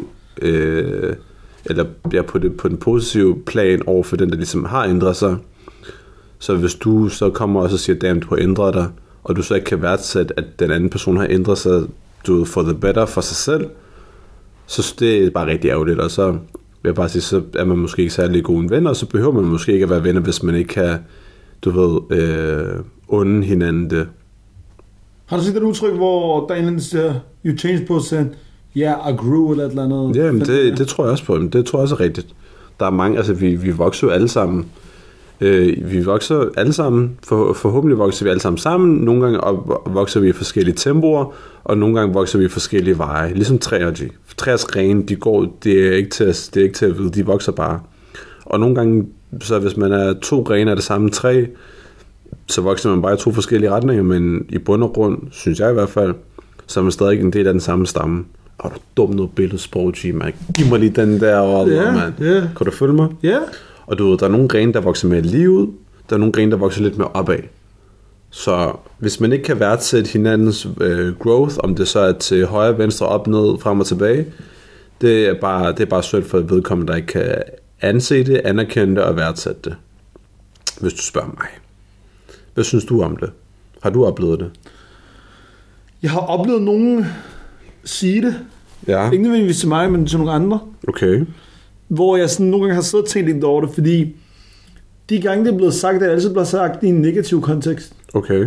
eller på den positive plan over for den, der ligesom har ændret sig. Så hvis du så kommer og så siger, damn, du har ændret dig, og du så ikke kan værdsætte, at den anden person har ændret sig, du ved, for the better for sig selv, så det er bare rigtig ærgerligt, og så vil jeg bare sige, så er man måske ikke særlig god en ven, og så behøver man måske ikke at være venner, hvis man ikke kan, du ved, unde hinanden det. Har du set et udtryk, hvor der er en eller anden siger, you change på sig, yeah, I grew, eller et eller andet? Ja, men det tror jeg også på. Det tror jeg også er rigtigt. Der er mange, altså vi vokser jo alle sammen. Vi vokser alle sammen, forhåbentlig vokser vi alle sammen. Nogle gange vokser vi i forskellige tempoer, og nogle gange vokser vi i forskellige veje. Ligesom træer, træers grene, det er ikke til at vide, de vokser bare. Og nogle gange, så hvis man er 2 grene af det samme træ, så vokser man bare i 2 forskellige retninger, men i bund og grund, synes jeg i hvert fald, så er man stadig en del af den samme stamme. Og du dumt noget billedsprog, man. Giv mig lige den der, mand. Kan du følge mig? Ja. Yeah. Og du ved, der er nogle grene, der vokser mere lige ud, der er nogle grene, der vokser lidt mere opad. Så hvis man ikke kan værdsætte hinandens growth, om det så er til højre, venstre, op, ned, frem og tilbage, det er bare synd for vedkommende, der ikke kan anse det, anerkende det og værdsætte det. Hvis du spørger mig. Hvad synes du om det? Har du oplevet det? Jeg har oplevet nogen sige det. Ja. Ikke nødvendigvis til mig, men til nogle andre. Okay. Hvor jeg sådan nogle gange har siddet og tænkt lidt over det, fordi de gange det er blevet sagt, det er altid blevet sagt i en negativ kontekst. Okay.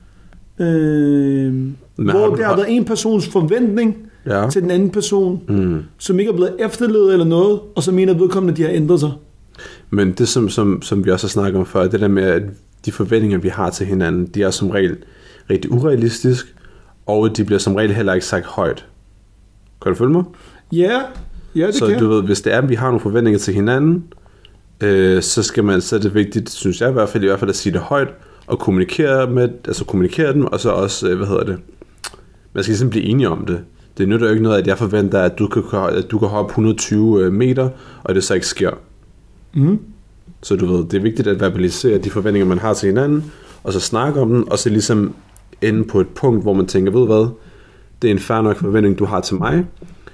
Hvor der har været en persons forventning til den anden person, som ikke er blevet efterlevet eller noget, og så mener vedkommende, at de har ændret sig. Men det som vi også har snakket om før, det der med, at de forventninger, vi har til hinanden, de er som regel rigtig urealistisk, og de bliver som regel heller ikke sagt højt. Kan du følge mig? Ja, det så kan. Du ved, hvis det er, at vi har nogle forventninger til hinanden, så er det vigtigt, synes jeg i hvert fald at sige det højt, og kommunikere dem, og så også, man skal ligesom blive enige om det. Det nytter jo ikke noget, at jeg forventer, at du kan hoppe 120 meter, og det så ikke sker. Mm. Så du ved, det er vigtigt at verbalisere de forventninger, man har til hinanden, og så snakke om den, og så ligesom ende på et punkt, hvor man tænker, ved du hvad, det er en fair nok forventning, du har til mig.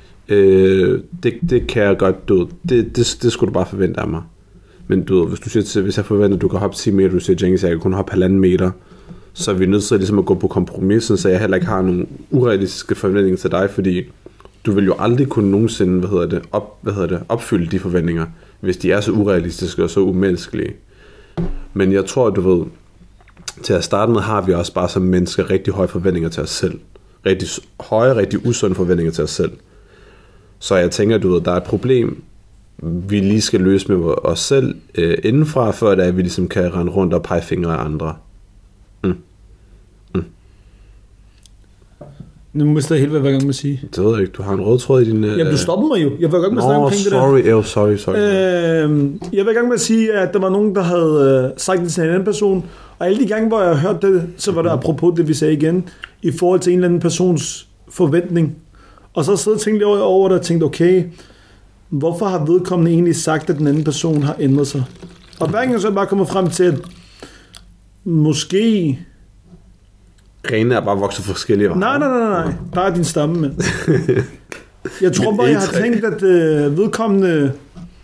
Det kan jeg godt, du ved, det skulle du bare forvente af mig. Men du ved, hvis jeg forventer, at du kan hoppe 10 meter, du siger, Jenkins, jeg kan kun hoppe 1,5 meter, så er vi nødt til ligesom at gå på kompromis, så jeg heller ikke har nogle urealistiske forventninger til dig, fordi du vil jo aldrig kunne nogensinde, opfylde de forventninger, hvis de er så urealistiske og så umenneskelige. Men jeg tror, du ved, til at starte med har vi også bare som mennesker rigtig høje forventninger til os selv. Rigtig usunde forventninger til os selv. Så jeg tænker, du ved, der er et problem, vi lige skal løse med os selv indenfra, før at vi ligesom kan rende rundt og pege fingre af andre. Nu mister jeg helt, hvad jeg gang med at sige. Det ved jeg ikke. Du har en rød tråd i din... Jamen, du stopper mig jo. Jeg var i gang med at snakke omkring det der. Sorry. Jeg var i gang med at sige, at der var nogen, der havde sagt det til en anden person. Og alle de gange, hvor jeg hørte det, så var det apropos det, vi sagde igen, i forhold til en eller anden persons forventning. Og så sidder jeg og tænkte over det og tænkte, okay, hvorfor har vedkommende egentlig sagt, at den anden person har ændret sig? Og hver gang så er jeg bare kommet frem til, at måske... Grene er bare vokset forskellige veje. Nej. Bare din stamme, mand. Jeg tror bare, jeg har tænkt, at vedkommende...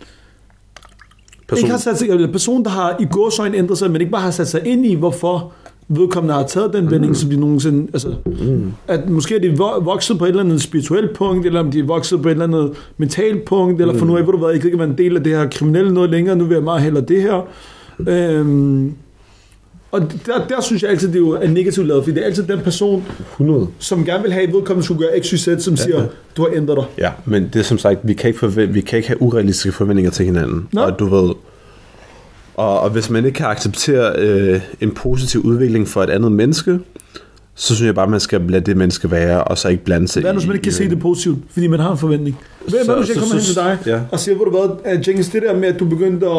Person, der har i gåseøjne ændret sig, men ikke bare har sat sig ind i, hvorfor vedkommende har taget den vending, som de nogensinde... Altså, at måske er de vokset på et eller andet spirituelt punkt, eller om de er vokset på et eller andet mentalt punkt, eller for nu af, hvor du ved, jeg kan ikke være en del af det her kriminelle noget længere, nu vil jeg meget hellere det her. Og der synes jeg altid, det er negativt lavet, fordi det er altid den person, 100. som gerne vil have, at vedkommende skulle gøre XYZ, som siger, du har ændret dig. Ja, men det er som sagt, vi kan ikke have urealistiske forventninger til hinanden. Nå. Og du ved, og hvis man ikke kan acceptere en positiv udvikling for et andet menneske, så synes jeg bare, man skal lade det menneske være, og så ikke blande sig. Hvad nu, hvis man ikke kan se det positivt, fordi man har en forventning? Hvad nu, hvis jeg kommer hen til dig, og siger, hvor du hvad, Jenkins, det der med, at du begyndte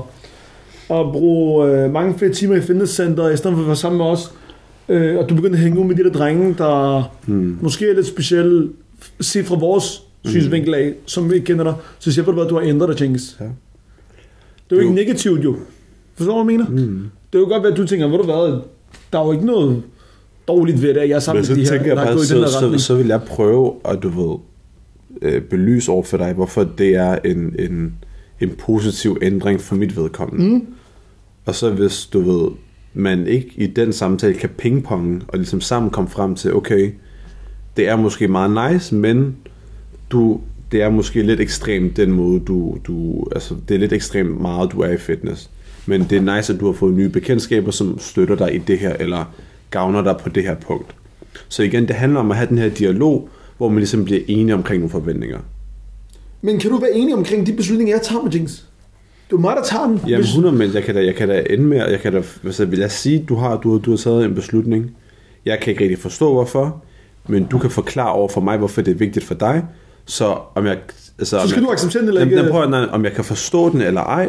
at bruge mange flere timer i fitnesscenter, i stedet for at være sammen med os, og du begyndte at hænge ud med de der drenge, der måske er lidt specielle, set fra vores synsvinkel af, som vi ikke kender dig, så siger jeg, at du har ændret dig, Jenkins. Ja. Det er jo ikke negativt, jo. Forstår du, hvad jeg mener? Det er jo godt, at du tænker, hvor du hvad, der er jo ikke noget dårligt ved det, at jeg er sammen med de her, der er gået i den her retning. Så vil jeg prøve at, du ved, belyse over for dig, hvorfor det er en positiv ændring for mit vedkommende. Og så hvis, du ved, man ikke i den samtale kan pingponge, og ligesom sammen komme frem til, okay, det er måske meget nice, men det er måske lidt ekstremt den måde, altså det er lidt ekstremt meget, du er i fitness. Men det er nice, at du har fået nye bekendtskaber, som støtter dig i det her, eller gavner dig på det her punkt. Så igen, det handler om at have den her dialog, hvor man ligesom bliver enige omkring nogle forventninger. Men kan du være enig omkring de beslutninger, jeg tager med Jinx? Det er mig, der tager den. Jamen 100, men jeg kan da ende med, vil jeg sige, du har taget en beslutning. Jeg kan ikke rigtig forstå, hvorfor, men du kan forklare over for mig, hvorfor det er vigtigt for dig. Så om jeg... Altså, så skal du acceptere den eller ikke? Om jeg kan forstå den eller ej,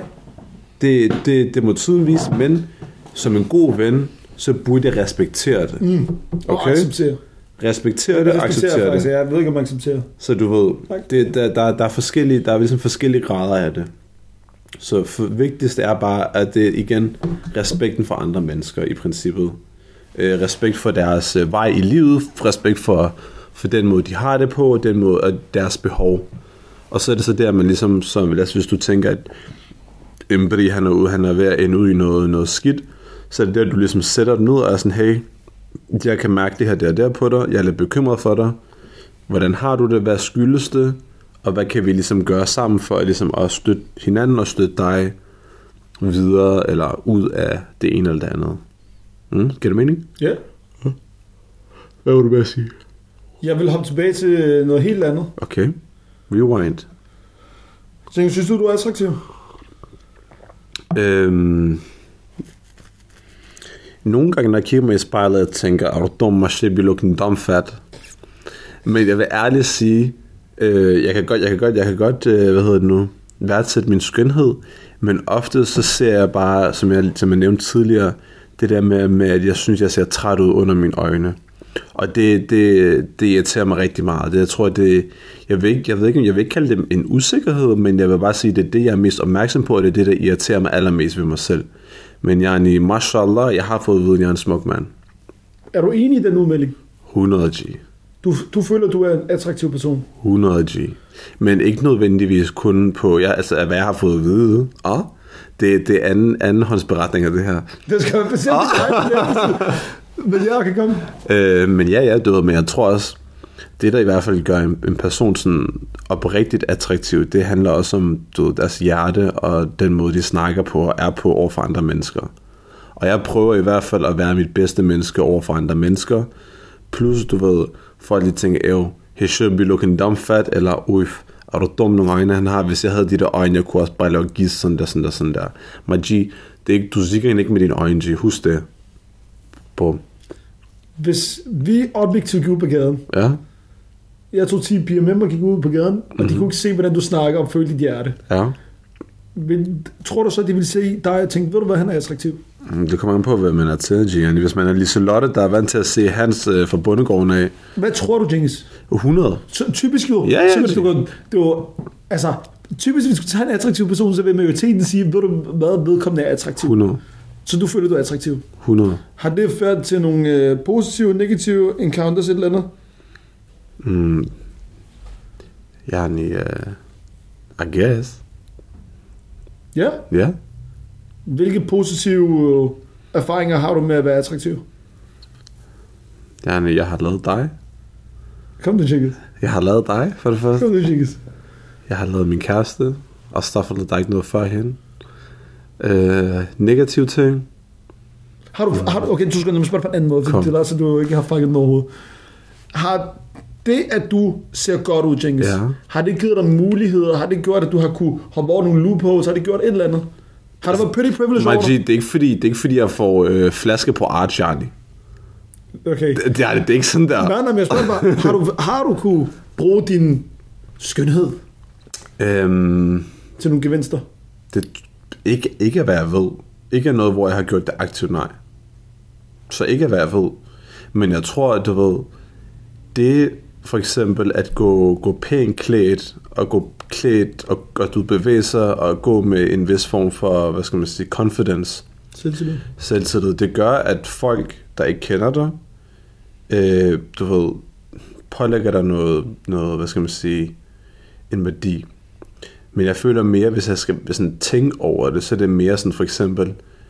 det må tiden vise, men som en god ven, så burde jeg respektere det. Okay? Acceptere. Respektere det, acceptere det. Jeg ved ikke, om man accepterer. Så du ved, der er forskellige, der er ligesom forskellige grader af det. Så vigtigst er bare, at det igen respekten for andre mennesker i princippet. Respekt for deres vej i livet, respekt for den måde, de har det på, den måde, og deres behov. Og så er det så der, man ligesom, hvis du tænker, at Embry, han er ved at ende ud i noget skidt, så er det der, du ligesom sætter den ned og er sådan, hey, jeg kan mærke det her der på dig, jeg er lidt bekymret for dig, hvordan har du det, hvad skyldes det, og hvad kan vi ligesom gøre sammen for ligesom at støtte hinanden og støtte dig videre eller ud af det ene eller det andet. Giver det mening? Ja. Hvad vil du bare sige? Jeg vil hoppe tilbage til noget helt andet. Okay. Rewind. Så synes du er attraktiv? nogle gange, når jeg kigger mig i spejlet, jeg tænker, er du dum, måske be looking dumb fat. Men jeg vil ærligt sige, jeg kan godt, værdsætte min skønhed, men ofte så ser jeg bare, som jeg nævnte tidligere, det der med, at jeg synes, jeg ser træt ud under mine øjne. Og det irriterer mig rigtig meget. Det, jeg tror, jeg vil ikke kalde det en usikkerhed, men jeg vil bare sige, det er det, jeg er mest opmærksom på, og det er det, der irriterer mig allermest ved mig selv. Men jeg er mashallah, jeg har fået at vide, at jeg er en smuk mand. Er du enig i den udmelding? 100G. Du føler, du er en attraktiv person? 100G. Men ikke nødvendigvis kun på, hvad jeg har fået at vide. Det er andenhåndsberetninger, det her. Det skal være bestemt men jeg kan komme. Men men jeg tror også, det der i hvert fald gør en person sådan oprigtigt attraktiv, det handler også om deres hjerte og den måde, de snakker på og er på over for andre mennesker. Og jeg prøver i hvert fald at være mit bedste menneske over for andre mennesker. Plus, folk de tænker, he should be looking dumb fat, eller er du dum nogle øjne, han har? Hvis jeg havde de der øjne, jeg kunne også bare lave gis, sådan der. Men G, det er ikke, du siger ikke med dine øjne, G. Husk det. Bum. Hvis vi objektivt gik ud på gaden, ja. Jeg tror 10 piger med mig gik ud på gaden, og de kunne ikke se, hvordan du snakker og føle dit hjerte. Ja. Men tror du så, de ville se dig og tænke, ved du hvad, han er attraktiv? Det kommer an på, hvad man er til, Gianni. Hvis man er Liselotte, der er vant til at se hans fra bundegården af. Hvad tror du, Cengiz? 100. Så, typisk jo. Ja, det var, altså, typisk, hvis vi skulle tage en attraktiv person, så vil majoriteten sige, ved du hvad, vedkommende er attraktiv. 100. Så du føler, du er attraktiv? 100. Har det ført til nogle positive, negative encounters et eller andet? Gianni, I guess. Ja? Ja. Hvilke positive erfaringer har du med at være attraktiv? Gianni, jeg har lavet dig. Kom du, Cengiz. Jeg har lavet dig, for det første. Kom du, Cengiz. Jeg har lavet min kæreste, og Stoffer, der er ikke noget før hende. Negative ting. Har du, okay, du skal nemlig spørge på en anden måde, fordi det er så du ikke har fanget den overhovedet. Har det, at du ser godt ud, Cengiz, har det givet dig muligheder? Har det gjort, at du har kunne hoppe over nogle loopholes? Har det gjort et eller andet? Har det været pretty privilege over dig? Det er ikke fordi, jeg får flaske på art, Charlie. Okay. Det er ikke sådan der. Nej, men jeg spørger bare, har du kunne bruge din skønhed til nogle gevinster? Det ikke at være ved. Ikke noget, hvor jeg har gjort det aktivt, nej. Så ikke at være ved. Men jeg tror, at det for eksempel at gå pænt klædt, og gå klædt, og du bevæger sig, og gå med en vis form for, hvad skal man sige, confidence. Selvtillid. Det gør, at folk, der ikke kender dig, pålægger dig noget, hvad skal man sige, en værdi. Men jeg føler mere, hvis jeg skal sådan tænke over det, så er det mere sådan for eksempel,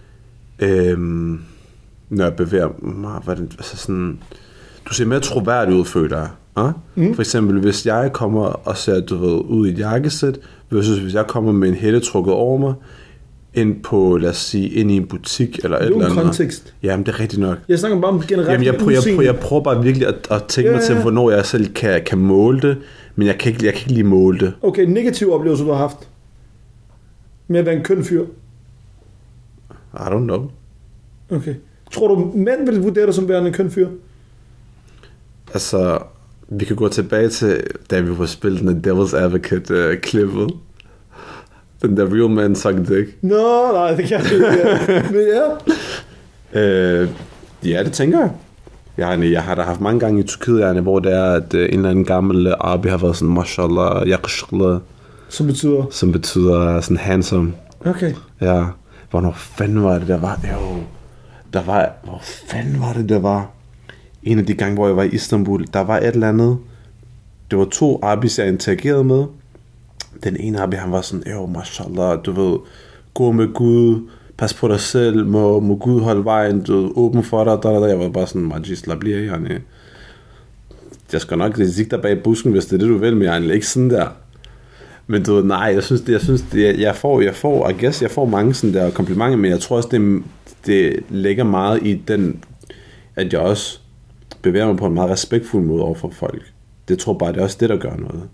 når jeg bevæger mig, sådan, du ser mere troværdig ud, føler jeg. For eksempel, hvis jeg kommer og ser, ud i et jakkesæt, versus hvis jeg kommer med en hætte trukket over mig, ind på, lad os sige, ind i en butik, eller et eller andet. Kontekst. Jamen, det er rigtigt nok. Jeg snakker bare om generelt jeg prøver bare virkelig at tænke mig til, hvornår jeg selv kan måle det, men jeg kan ikke lige måle det. Okay, negative oplevelser, du har haft med at være en køn fyr? I don't know. Okay. Tror du, mænd vil vurdere dig som værende en køn fyr? Altså, vi kan gå tilbage til, da vi var spillet den Devil's Advocate-klippet. Den der real man suck dick. Nej, det kan jeg ikke. Men ja. Ja, det tænker jeg. Jeg har da haft mange gange i Tyrkiet, hvor det er, at en eller anden gammel arabi har været sådan, mashallah, yaqshqla. Som betyder sådan handsome. Okay. Ja. Hvornår fanden var det, der var? Hvor fanden var det, der var? En af de gange, hvor jeg var i Istanbul, der var et eller andet. Det var 2 arabis, jeg interagerede med. Den ene arabi, han var sådan, mashallah, gå med Gud, pas på dig selv, må Gud holde vejen, åben for dig, Jeg var bare sådan, Majis, lad blive, Janne. Jeg skal nok sigte dig bag busken, hvis det er det, du vil, men jeg er ikke sådan der. Men nej, jeg synes, jeg får mange sådan der komplimenter, men jeg tror også, det ligger meget i den, at jeg også bevæger mig på en meget respektfuld måde over for folk. Det tror bare, det er også det, der gør noget.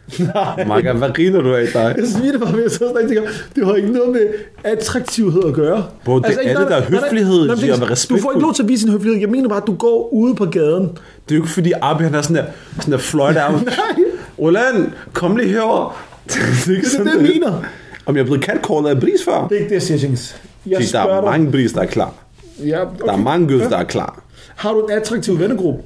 Marker, hvad griner du af dig? Jeg synes, det bare, jeg så tænker, det har ikke noget med attraktivhed at gøre. Bro, det er det der høflighed, og respektfuld. Du får ikke lov til at vise sin høflighed. Jeg mener bare, at du går ude på gaden. Det er jo ikke fordi Abi, han er sådan der fløjt af. Nej. Roland, kom lige herover. Det er det, jeg mener. Om jeg er blevet catcallet af Bris før? Det er ikke det, jeg siger, Jenkins. Der er mange Bris, der er klar. Ja, okay. Der er mange gøds, der er klar. Har du en attraktiv vennegruppe?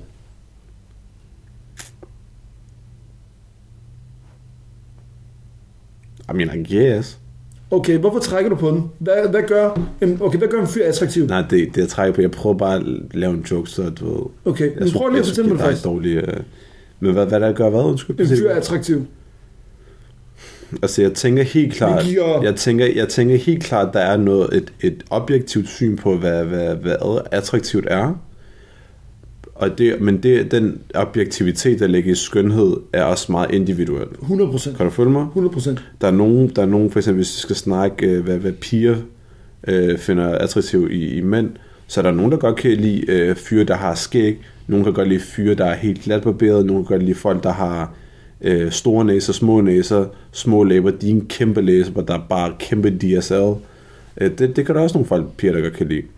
I mean, I guess. Okay, hvorfor trækker du på den? Hvad gør en fyr attraktiv? Nej, det jeg trækker på. Jeg prøver bare at lave en joke, så du ved. Okay, men prøv lige at fortælle mig det faktisk. Dårlig, men hvad der gør hvad? Undskyld. En fyr attraktiv. Altså, jeg tænker helt klart, jeg tænker helt klart, der er noget, et objektivt syn på, hvad attraktivt er. Og den objektivitet, der ligger i skønhed, er også meget individuel. 100%. Kan du følge mig? 100%. Der er nogen, for eksempel, hvis vi skal snakke, hvad piger finder attraktivt i mænd, så er der nogen, der godt kan lide fyre, der har skæg. Nogen kan godt lide fyre, der er helt glatbarberet. Nogen kan godt lide folk, der har store næser, små læber. De er en kæmpe læber, der er bare kæmpe DSL. Det kan der også nogle folk, piger, der godt kan lide.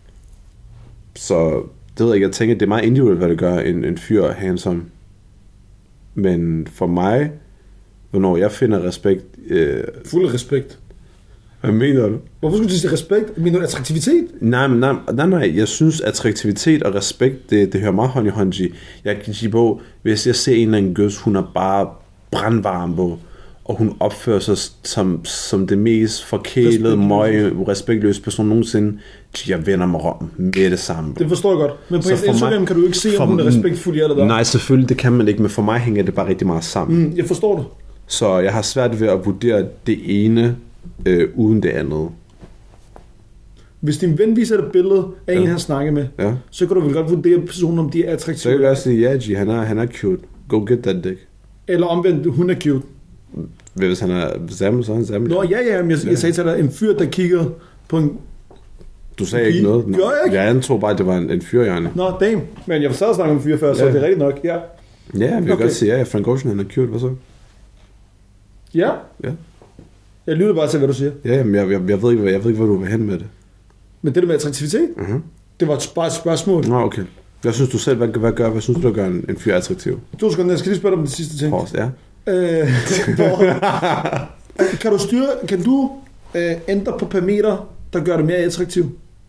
Så det ved jeg tænker, det er meget individuelt, hvad det gør en fyr handsome. Men for mig, hvornår jeg finder respekt... Fuld respekt. Hvad mener du? Hvorfor skulle du sige respekt? Mener du attraktivitet? Nej. Jeg synes, attraktivitet og respekt, det hører meget hånd i hånd. Jeg kan sige på, hvis jeg ser en eller anden gøs, hun er bare brandvarm på, og hun opfører sig som det mest forkælede, respektløse person nogensinde, jeg vender mig om med det samme. Det forstår jeg godt. Men på Instagram kan du ikke se, om hun er respektfuld eller hvad? Nej, selvfølgelig, det kan man ikke, men for mig hænger det bare rigtig meget sammen. Jeg forstår det. Så jeg har svært ved at vurdere det ene uden det andet. Hvis din ven viser dig et billede af en, han snakker med, så kan du vel godt vurdere personen, om de er attraktive. Så kan du også sige, ja, G, han er cute. Go get that dick. Eller omvendt, hun er cute. Hvis han er zammel, så er han zammel. Nå, ja, men jeg sagde til dig, en fyr, der kigger på en... Du sagde ikke noget. Gør jeg ikke? Jeg antog bare, at det var en fyr, Janne. Nå, damn. Men jeg sad og snakke om en fyr før, så det er rigtigt nok, ja. Ja, vi kan godt sige, ja, Frank Ocean, han er cute, hvad så? Ja. Ja. Jeg lytter bare til, hvad du siger. Ja, men jeg ved ikke, hvor du vil hen med det. Men det der med attraktivitet, det var bare et spørgsmål. Nå, okay. Jeg synes du selv, hvad synes du, der gør en fyr attraktiv? Du skal lige spørge dig om det sidste ting. Horst, ja. Kan du ændre på parametre, der gør det mere attraktivt?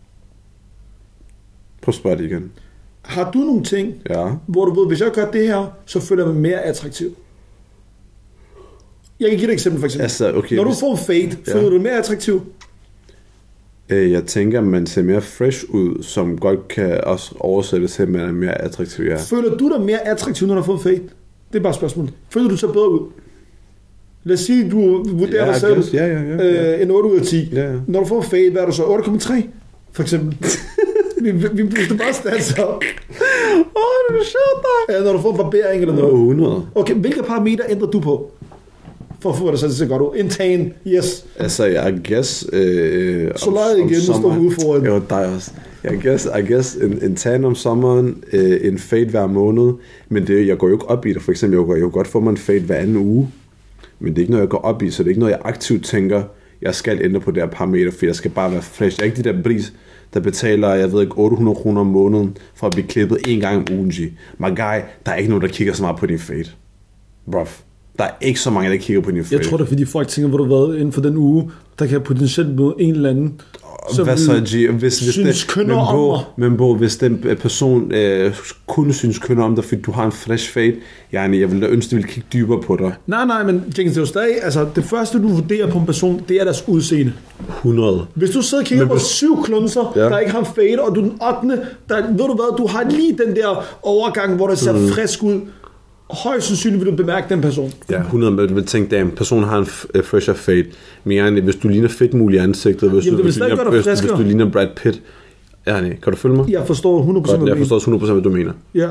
Prøv at spørge det igen. Har du nogle ting, hvor du ved, hvis jeg gør det her, så føler jeg mig mere attraktiv? Jeg kan give dig et eksempel for eksempel. Altså, okay, når du får en fade, føler du dig mere attraktiv? Jeg tænker, at man ser mere fresh ud, som godt kan også oversættes til, at man er mere attraktiv. Ja. Føler du dig mere attraktiv, når du har fået en fade? Det er bare et spørgsmål. Føler du så bedre ud? Lad os sige, du vurderer dig selv en 8 ud af 10. Ja. Når du får en fade, hvad er du så? 8,3? For eksempel. vi bliver bare stands op. Det er sjovt, når du får en barbering eller noget. 100. Okay, hvilke parametre ændrer du på? For at få det så godt ud. En tan, yes. Altså, jeg guess... så lejet igen, nu står vi ude foran. Jo, dig også. I guess en tan om sommeren, en fade hver måned, men jeg går jo ikke op i det. For eksempel, jeg kan godt få mig en fade hver anden uge, men det er ikke noget, jeg går op i, så det er ikke noget, jeg aktivt tænker, jeg skal ændre på det her parameter, for jeg skal bare være fresh. Jeg er ikke de der Bris, der betaler, jeg ved ikke, 800 kroner om måneden, for at blive klippet en gang om ugen, G. My guy, der er ikke nogen, der kigger så meget på din fade. Bruv. Der er ikke så mange, der kigger på din fade. Jeg tror det er, fordi folk tænker, hvor du har været inden for den uge, der kan potentielt møde en eller anden, som hvad så, G? Synes kønner om mig. Men hvis den person kun synes kønner om dig, fordi du har en fresh fade, jeg vil da ønske, at du vil kigge dybere på dig. Nej, men Jenkins, det er jo stadig, altså det første, du vurderer på en person, det er deres udseende. 100. Hvis du sidder og kigger på 7 klunser, der ikke har en fade, og du er den 8., der, ved du hvad, du har lige den der overgang, hvor det ser frisk ud, højst sandsynligt vil du bemærke den person. Ja, 100, men du vil tænke, at personen har en fresher fade. Men hvis du ligner fedt muligt i ansigtet, hvis du ligner Brad Pitt. Ja, nej, kan du følge mig? Jeg forstår 100%, godt, jeg forstår 100%, hvad du mener. Ja.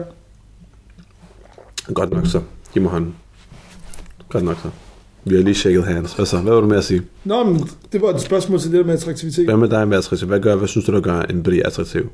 Godt nok så. Giv mig hånden. Godt nok så. Vi har lige shaket hands. Altså, hvad var du med at sige? Nå, men det var et spørgsmål til det der med attraktivitet. Hvad med dig med attraktiv? Hvad synes du, der gør en Bri attraktiv?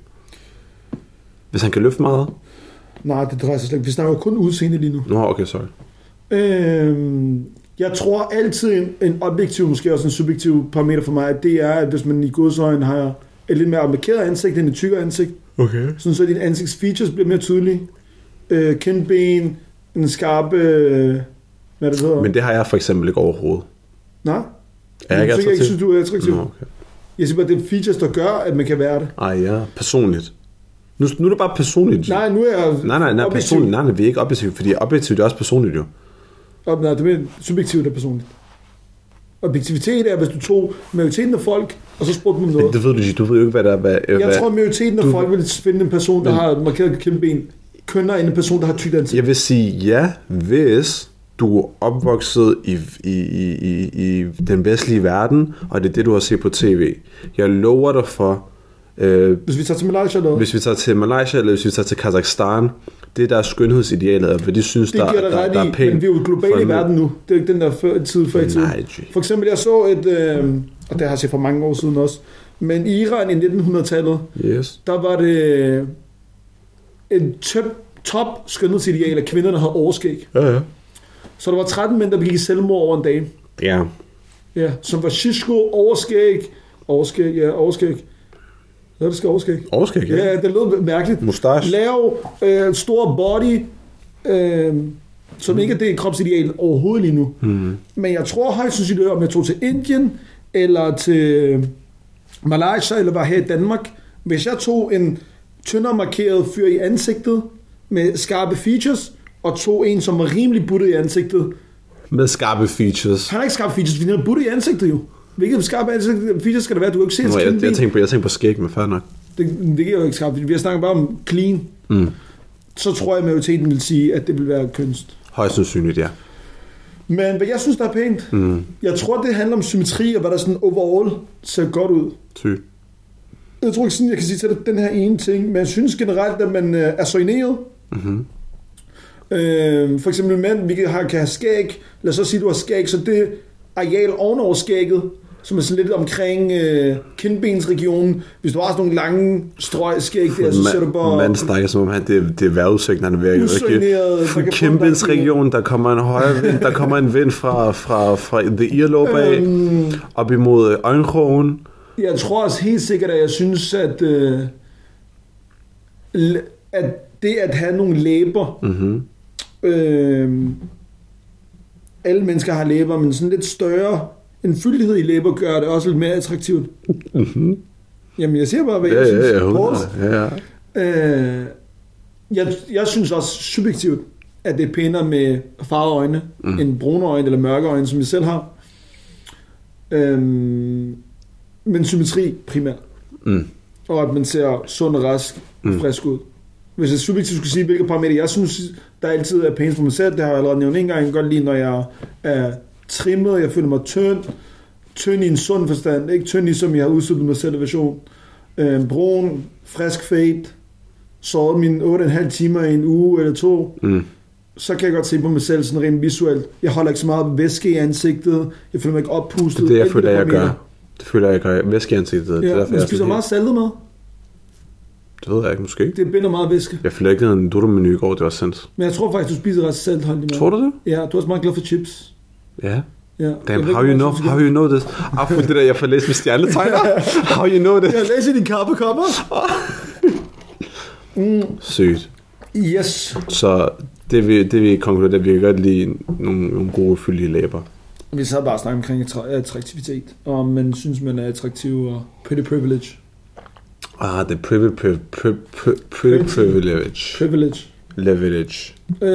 Hvis han kan løfte meget? Nej, det drejer sig slet ikke. Vi snakker jo kun udseende lige nu. Nå, okay, sorry. Jeg tror altid en objektiv, måske også en subjektiv parameter for mig, det er, at hvis man i godsøjne har et lidt mere markeret ansigt end et tykkere ansigt, okay. sådan så dine ansigtsfeatures bliver mere tydelige. Kindben, en skarpe... hvad det hedder? Men det har jeg for eksempel ikke overhovedet. Nej? Jeg synes, du er attraktiv. Okay. Jeg siger bare, det er features, der gør, at man kan være det. Ej, ja. Personligt. Nu er det bare personligt. Nej, nu er jeg Nej, personligt. Nej, vi er ikke objektivt, fordi objektivt er også personligt jo. Nej, det er subjektivt og personligt. Objektivitet er, hvis du tog majoriteten af folk, og så spurgte dem noget. Det ved du ved jo ikke, hvad der er. Jeg tror, majoriteten af folk vil finde en person, der har markeret kindben, kønnere end en person, der har tykt ansigt. Jeg vil sige ja, hvis du er opvokset i den vestlige verden, og det er det, du har set på tv. Jeg lover dig for... hvis vi tager til Malaysia, eller? Hvis vi tager til Malaysia, eller hvis vi tager til Kazakhstan, det der er skønhedsidealet, hvad de synes, der er pænt. Men vi er jo globale i verden nu. Det er ikke den der tid før i tiden. For eksempel, jeg så et, og det har jeg set for mange år siden også, men i Iran i 1900-tallet, yes. Der var det en top skønhedsideal, at kvinderne havde overskæg. Ja. Så der var 13 mænd, der begik selvmord over en dag. Ja. Ja, som var shishko, overskæg. Ja, det skal overskæg. Overskæg, ja. Ja, det lød mærkeligt. Mustache. Lav, stor body, som ikke er det kropsideal overhovedet lige nu. Mm. Men jeg tror højst sandsynligt, om jeg tog til Indien, eller til Malaysia, eller var her i Danmark. Hvis jeg tog en tyndere markeret fyr i ansigtet, med skarpe features, og tog en, som var rimelig buttet i ansigtet. Med skarpe features. Han har ikke skarpe features, fordi han er buttet i ansigtet jo. Hvilket skarpe features skal det være? Du kan ikke se et skinben. Jeg tænker på skæg, men fair nok. Det giver jo ikke skarpe. Vi har snakket bare om clean. Mm. Så tror jeg, at majoriteten vil sige, at det vil være kunst. Højst sandsynligt, ja. Men hvad jeg synes, der er pænt, jeg tror, det handler om symmetri, og hvad der sådan overall ser godt ud. Sygt. Jeg tror ikke sådan, jeg kan sige til dig den her ene ting, men jeg synes generelt, at man er soigneret. Mm-hmm. For eksempel mænd, vi kan have skæg. Lad os så sige, at du har skæg, så det areal ovenover skægget, som er sådan lidt omkring kindbensregionen. Hvis du har sådan nogle lange strøg skæg der, så ser du bare... Man snakker som om, det er vejrudsigten, han virker ikke. Kindbensregionen, der kommer en højre vind, der kommer en vind fra the earlobe af, op imod øjenkrogen. Jeg tror også helt sikkert, at jeg synes, at det at have nogle læber, alle mennesker har læber, men sådan lidt større, en fyldighed i læber gør det også lidt mere attraktivt. Jamen, jeg siger bare, hvad jeg synes. Jeg synes også subjektivt, at det er pænere med farvede øjne, end brune øjne eller mørke øjne, som jeg selv har. Men symmetri primært. Og at man ser sund og rask og frisk ud. Hvis jeg subjektivt skulle sige, hvilke parametre jeg synes, der altid er pænt for mig selv, det har jeg allerede nævnt en gang. Jeg kan godt lide, når jeg er trimmet, jeg føler mig tynd i en sund forstand, ikke tynd i, som jeg har udsuttet mig selv i version. Brun, frisk fade, sovet mine 8,5 timer i en uge eller 2, så kan jeg godt se på mig selv sådan rent visuelt. Jeg holder ikke så meget væske i ansigtet, jeg føler mig ikke oppustet. Det er det, jeg føler, jeg gør. Det føler jeg gør. Væske i ansigtet. Ja, man spiser meget saltet mad. Det ved jeg ikke, måske. Det binder meget væske. Jeg føler ikke, at en dodo-menu i går, det var sendt. Men jeg tror faktisk, du spiser ret saltholdigt mad. Tror du det? Ja, du er også meget glad for chips. Ja. Ja. Damn, how you know this? Apropos det der, jeg får læst med stjernetegner. How you know this? Jeg læser dine kaffekopper. Sygt. Yes. Så det vi konkluderer, det vi kan godt lide nogle gode, fyldige læber. Vi så bare snakke omkring attraktivitet, og man synes, man er attraktiv og pretty privilege. Det er pretty privilege. Leverage.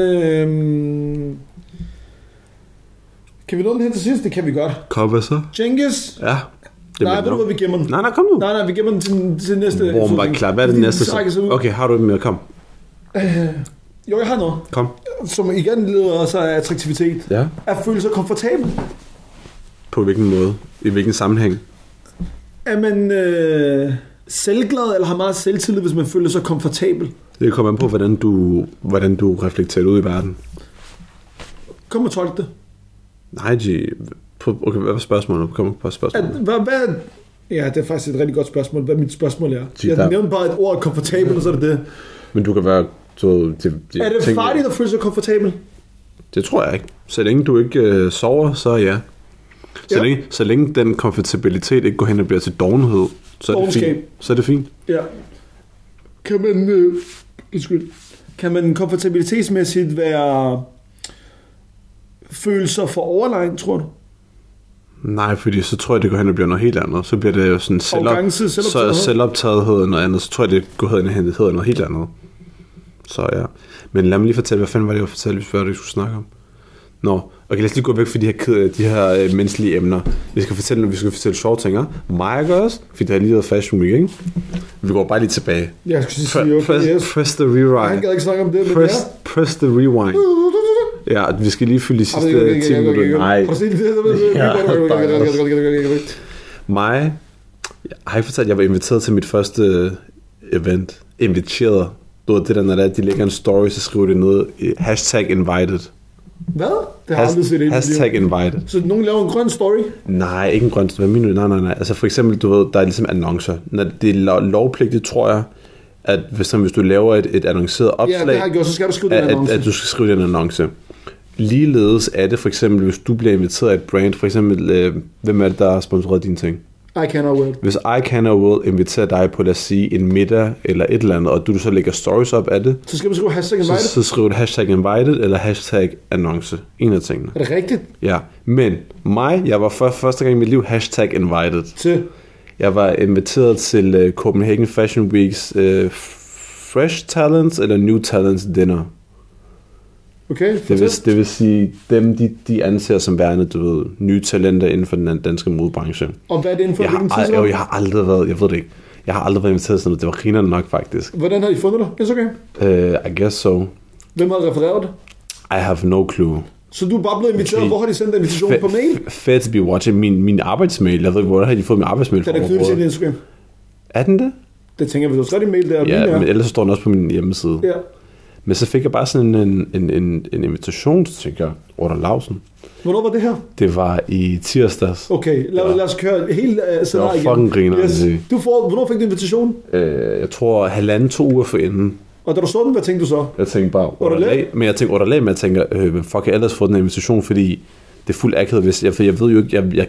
Kan vi nå den her til sidst? Det kan vi godt. Kom, hvad så? Cengiz? Ja. Nej, ved du hvad, vi gemmer den? Nej, kom nu. Nej, vi gemmer den til næste. Hvor var klar. Hvad er det næste? Okay, har du mere? Kom. Jo, jeg har noget. Kom. Som igen leder også af attraktivitet. Ja. At føle sig komfortabel. På hvilken måde? I hvilken sammenhæng? Er man selvglad eller har meget selvtillid, hvis man føler sig komfortabel? Det kommer an på, hvordan du reflekterer ud i verden. Kom og tolk det. Nej, okay, hvad var spørgsmålet? Kom på spørgsmålet. Ja, det er faktisk et rigtig godt spørgsmål. Hvad mit spørgsmål er? Jeg nævnte bare et ord komfortabel, og så er det det. Men du kan være... er det farligt at føle sig komfortabel? Det tror jeg ikke. Så længe du ikke sover, så ja. Så længe den komfortabilitet ikke går hen og bliver til dovenhed, så er det fint. Så er det fint. Ja. Kan man komfortabilitetsmæssigt være følelser for overlegen, tror du? Nej, fordi så tror jeg, det går hen og bliver noget helt andet. Så bliver det jo sådan selvoptagethed og noget andet. Så tror jeg, det går hen og hedder noget helt andet. Så ja. Men lad mig lige fortælle, hvad fanden var det, jeg fortalte, før det skulle snakke om? Nå, okay, lad os lige gå væk fra de her menneskelige emner. Vi skal fortælle sjove ting, mig og os, fordi det har lige været Fashion Week, ikke? Vi går bare lige tilbage. Jeg skulle sige, okay, press the rewind. Han gad ikke snakke om det, men press the rewind. Ja, vi skal lige fylde de sidste 10 minutter. Nej. Mig, jeg har ikke fortalt, at jeg var inviteret til mit første event. Inviteret. Du ved det der, når de lægger en story, så skriver det noget. #invited. Hvad? Det har jeg aldrig set det. #invited. Så nogen laver en grøn story? Nej, ikke en grøn story. Nej. Altså for eksempel, du ved, der er ligesom annoncer. Når det er lovpligtigt, tror jeg, at hvis du laver et annonceret opslag, ja, det har jeg gjort, så skal du skrive den annonce. At du skal skrive den annonce. Ligeledes er det for eksempel, hvis du bliver inviteret af et brand, for eksempel, hvem er det, der har sponsoreret dine ting? iCanWorld. Hvis iCanWorld inviterer dig på, lad os sige, en middag eller et eller andet, og du så lægger stories op af det, så skal du skrive #invited. Så skriver du #invited eller #annonce. En af tingene. Er det rigtigt? Ja, men jeg var første gang i mit liv #invited. Til? Jeg var inviteret til Copenhagen Fashion Weeks Fresh Talents eller New Talents Dinner. Okay, det vil sige, dem de anser som værende, du ved, nye talenter inden for den danske modebranche. Og hvad er det inden for hvilken tidsrum? Jeg har aldrig været, jeg ved det ikke. Jeg har aldrig været inviteret til sådan noget. Det var grinerne nok, faktisk. Hvordan har I fundet dig? Instagram? I guess so. Hvem har refereret det? I have no clue. Så du er bare blevet inviteret? Hvor har de sendt den invitation på mail? Fair to be watching. Min arbejdsmail. Jeg ved ikke, hvor har de fået min arbejdsmail fra. Den er knyttet til din Instagram. Er den det? Det tænker jeg, hvis du har skrevet din mail der. Ja, men ellers så står den også på min hjemmeside. Ja. Men så fik jeg bare sådan en invitation, tænker jeg, Order Lausen. Hvornår var det her? Det var i tirsdags. Okay, lad os køre hele scenariet igen. Det var fucking griner. Yes. Hvornår fik du invitationen? Jeg tror 1,5-2 uger forinden. Og da du så den, hvad tænkte du så? Jeg tænkte bare orderlag. Men jeg tænkte orderlag, men jeg tænker, hvem fuck jeg ellers få den invitation, fordi det er fuldt akavet, for jeg ved jo ikke, jeg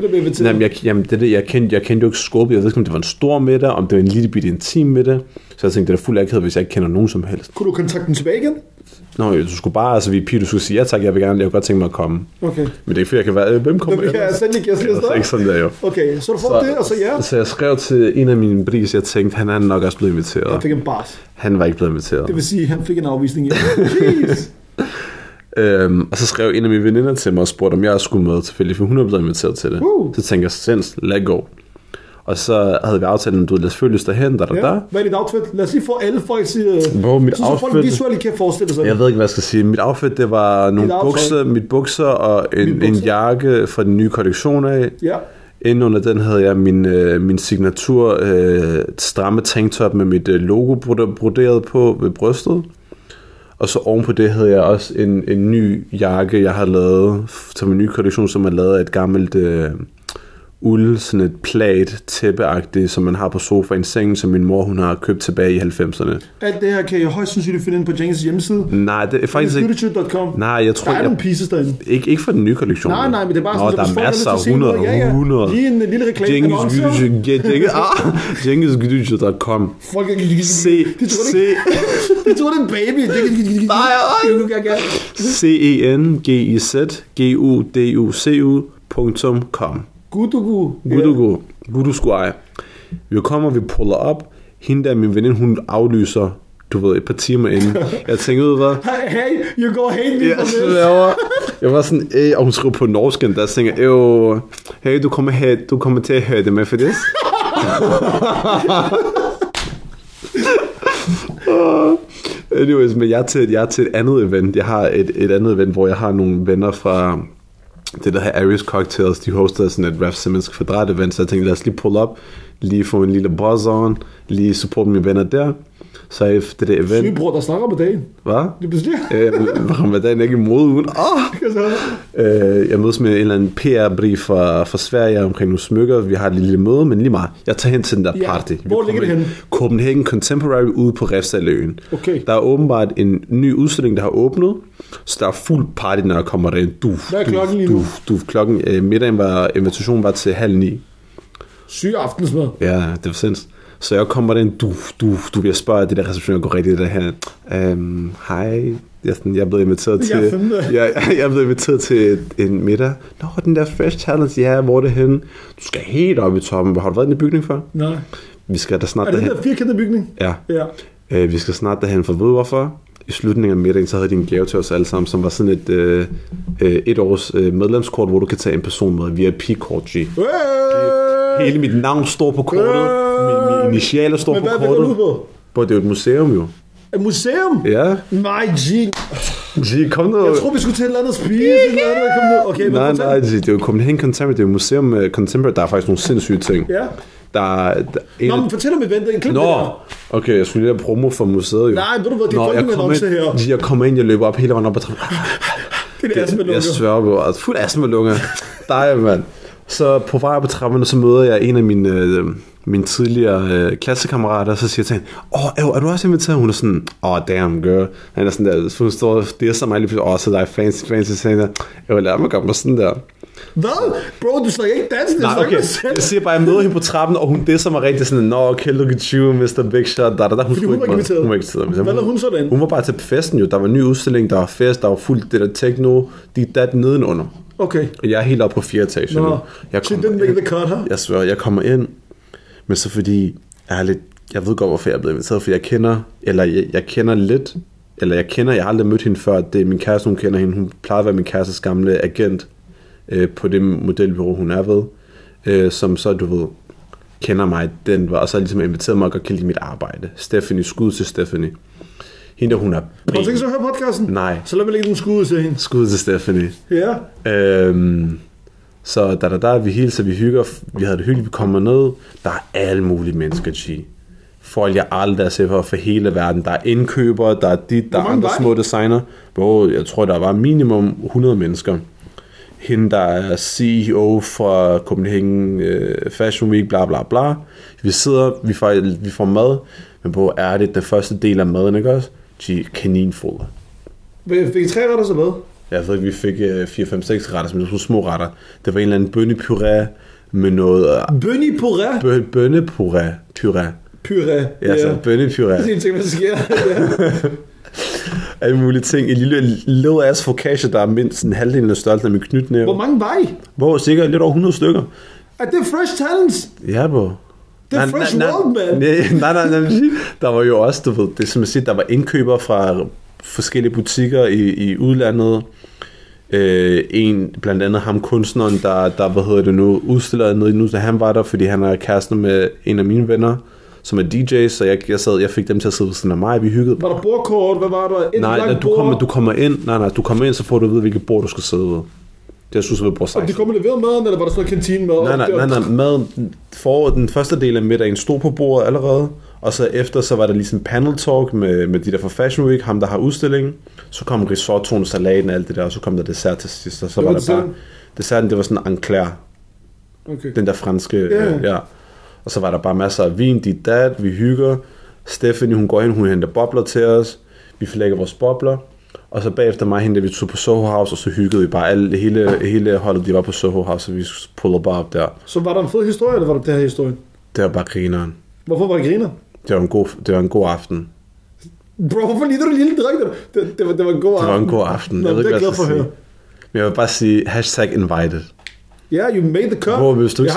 kendte jo ikke skåbet. Jeg ved ikke, om det var en stor middag, om det var en lille bitte intim middag. Så jeg tænkte, det er fuldt akavet, hvis jeg ikke kender nogen som helst. Kunne du kontakte den tilbage igen? Nå, du skulle bare, altså du skulle sige, ja tak, jeg kunne godt tænke mig at komme. Okay. Men det er ikke fordi, jeg kan være, hvem kommer jeg? Ja, sendelig, jeg siger ikke sådan der jo. Okay, så du får det, og så ja. Så jeg skrev til en af mine bris, jeg tænkte, han er nok også blevet inviteret. Han fik en bars. Han var ikke blevet inviteret. Det vil sige, han fik en afvisning igen. Jeez. Og så skrev en af mine veninder til mig og spurgte, om jeg skulle med tilfældig, for hun er blevet inviteret til det. Så tænkte jeg, let go. Og så havde vi aftalt, at lad os følges derhen, der. Hvad er dit outfit? Lad os lige få alle folk sige, så folk visuelt kan forestille sig. Jeg ved ikke, hvad jeg skal sige. Mit outfit, det var nogle bukser og en jakke fra den nye kollektion af. Ja. Inden under den havde jeg min signatur stramme tanktop med mit logo broderet på ved brystet. Og så ovenpå det havde jeg også en ny jakke, jeg har lavet til min nye kollektion, som er lavet af et gammelt uld, sådan et plat tæppeagtigt, som man har på sofaen, sengen, som min mor hun har købt tilbage i 90'erne. Alt det her kan jeg højst sandsynligt finde ind på Jenkins hjemmeside. Nej, det er faktisk ikke. Nej, jeg tror, der er nogle pieces derinde. Ikke for den nye kollektion. Nej, men det er bare sådan, der er masser af 100. Lige en lille reklame. JenkinsGyduce.com. Folk de tror det er en baby. CENGIZGUDUCU.com. Guduskuaj. Vi kommer, vi puller op. Hende der, min veninde, hun aflyser, du ved, et par timer inden. Jeg tænkte ud, hvad? Hey, you go hate me for this. Jeg var sådan, og hun skrev på norsk, der tænker, hey, du kommer til at høre det med for det. Anyways, men jeg er til et andet event. Jeg har et andet event, hvor jeg har nogle venner fra det der her Aries Cocktails. De hoster sådan et Raf Simons kvadrat event, så jeg tænkte, lad os lige pull op, lige få en lille buzz on, lige support mine venner der. Så efter det event... Sygebror, der snakker på dagen. Hvad? Det bestyrer. Ramadan er ikke imod ugen. Jeg mødes med en eller anden PR-brief fra Sverige omkring nogle smykker. Vi har et lille møde, men lige meget. Jeg tager hen til den der party. Hvor ligger det henne? Copenhagen Contemporary ude på Refshaleøen. Okay. Der er åbenbart en ny udstilling, der har åbnet. Så der er fuld party, når jeg kommer derind. Hvad er klokken lige nu? Klokken invitationen var til 8:30. Syg aftensmad. Ja, det var sinds. Så jeg kommer derind, du vil spørge, det der reception går rigtigt der her. Hej, jeg er blevet inviteret til... Jeg er blevet inviteret til en middag. Nå, den der Fresh Talents, ja, hvor er det henne? Du skal helt op i toppen. Har du været i den bygning før? Nej. Vi skal da snart derhen. Er det den der firkantede bygning? Ja. Vi skal snart derhen, for ved du hvorfor? I slutningen af middagen, så havde de en gave til os alle sammen, som var sådan et års medlemskort, hvor du kan tage en person med, VIP-kort, G. Hele mit navn står på kortet, mine initialer står på kortet. Men hvad går du på? Det er jo et museum, jo. Et museum? Ja. Nej, G. G, kom nu. Jeg tror, vi skulle til et eller andet spise. Okay, nej, G, det er jo Copenhagen Contemporary, det er jo museum med Contemporary, der er faktisk nogle sindssyge ting. Ja. Nå, men fortæl om eventet. Okay, jeg skulle lige have promo for museet, jo. Nej, ved du hvad, det er fucking annonce her. Jeg kommer ind, jeg løber op hele vejen op ad trappen. Det er astma-lunger. Jeg sværger på, fuld astma-lunger. Dig, mand. Så på vej på trapperne, så møder jeg en af mine tidligere klassekammerater, og så siger jeg til hende, er du også inviteret? Hun er sådan, damn girl. Han er sådan der, hun står og dirser mig lige pludselig, så der er fancy, så jeg vil lade mig gøre mig sådan der. Hvad? Bro, du snakker ikke dansk, nej, okay. Jeg siger bare, jeg møder hende på trappen, og hun disser mig rigtig sådan, okay, look at you, Mr. Big Shot. Hun var ikke inviteret. Hvad lavede hun så den? Hun var bare til festen jo, der var en ny udstilling, der var fest, der var fuldt det der techno, dat nedenunder. Okay. Og jeg er helt oppe på 4. etage nu. Så den make the cut, her? Jeg svær, jeg kommer ind, men så fordi, jeg ved godt, hvorfor jeg er blevet inviteret, for jeg har aldrig mødt hende før, det er min kæreste, hun kender hende, hun plejede at være min kærestes gamle agent, på det modelbureau, hun er ved, som så, du ved, kender mig, og så ligesom inviteret mig at kende mit arbejde. Stephanie, skud til Stephanie. Hende, hun er... Har du tænkt så at høre podcasten? Nej. Så lad mig lægge den skud til hende. Skud til Stephanie. Ja. Så der vi hilser, vi hygger, vi havde det hyggeligt, vi kommer ned, der er alle mulige mennesker, G. Folk, jeg aldrig har set for hele verden. Der er indkøbere, der er der er andre små designer. Hvor jeg tror, der var minimum 100 mennesker. Hende, der er CEO fra Copenhagen Fashion Week, bla bla bla. Vi sidder, vi får mad, men hvor er det den første del af maden, ikke også? Kaninfoder. Fik I 3 retter så med? Jeg ved ikke, vi fik 4, 5, 6 retter, men det var små retter. Det var en eller anden bønnepuré med noget... Bønnepuré? Bønnepuré. Puré. Ja, så bønnepuré. Det er en ting, hvad der sker. Alle mulige ting. En lille led ass focaccia, der er mindst en halvdelen af størrelsen af min knytnæve. Hvor mange var I? Hvor sikkert lidt over 100 stykker. Er det Fresh Talents? Ja, bro. Det er Fresh World, man. Nej. Der var jo også, du ved, det som jeg siger, der var indkøbere fra forskellige butikker i udlandet. Blandt andet ham kunstneren, der udstiller nede nu, da han var der, fordi han er kæreste med en af mine venner, som er DJ, så jeg fik dem til at sidde ved siden af mig, vi hyggede. Var der bordkort? Hvad var der? Du kommer ind, så får du at vide, hvilket bord du skal sidde ved. Det er så ved bord 16. Og de kommer leveret maden, eller var der sådan noget kantinemad? Nej, maden, den første del af middagen stod på bordet allerede, og så efter, så var der ligesom panel talk med de der fra Fashion Week, ham der har udstillingen, så kom risottoen, salaten og alt det der, og så kom der dessert til sidst, og så var der bare, desserten, det var sådan en enclair, okay. Den der franske, ja. Og så var der bare masser af vin, vi hygger. Stephanie, hun går hen, hun henter bobler til os. Vi forlægger vores bobler. Og så bagefter mig henter vi tog på Soho House, og så hyggede vi bare. Hele holdet, de var på Soho House, og vi pullede bare op der. Så var der en fed historie, eller var det her historie? Det var bare grineren. Hvorfor var det griner? Det var en god aften. Bro, hvorfor lider du lille direkte? Det var en god aften. Det var en god aften. Nå, det er jeg glad for at høre. Men jeg vil bare sige, #invited. Ja, yeah, you made the cut. Hvis du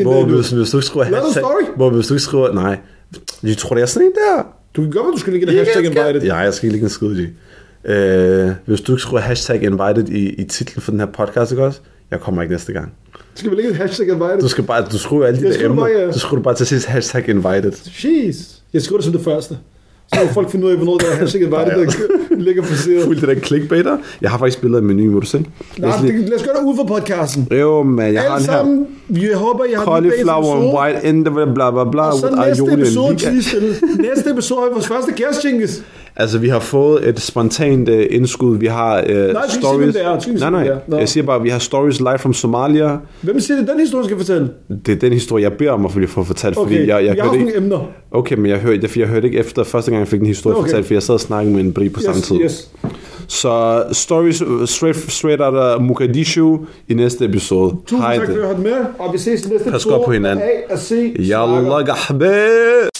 ikke skriver, nej. Jeg tror, det er sådan en der. Du kan godt være, du skal lægge en #invited. Ja, jeg skal lægge en skud i. Hvis du ikke skriver #invited i titlen for den her podcast, ikke også? Jeg kommer ikke næste gang. Skal vi lægge et #invited? Du skriver alle de der emner. Du skriver bare til sidst #invited. Jeez. Jeg skriver det som det første. Så må folk finde ud af, hvornår det er sikkert var det, der ligger placeret. Fuldt det der clickbaiter. Jeg har faktisk billeder af menuen, må du se. Nej, lad os gøre det ud for podcasten. Jo, men jeg har en her. Vi håber, jeg har cauliflower and white in the bla bla bla. Og så næste episode er vores første gæst, Cengiz. Altså, vi har fået et spontant indskud. Vi har stories. Nej. Jeg siger bare, vi har stories live from Somalia. Hvem siger det, den historie skal fortælle? Det er den historie, jeg beder om at få fortalt. Okay, fordi jeg har nogle emner. Okay, men jeg hørte ikke efter første gang, jeg fik den historie fortalt, fordi jeg sad og snakkede med en bri på samme tid. Yes. Så stories straight out of Mogadishu i næste episode. Tusind tak for at have med, og vi ses i næste episode. Pas godt på hinanden. A og C. Yalla gahbe!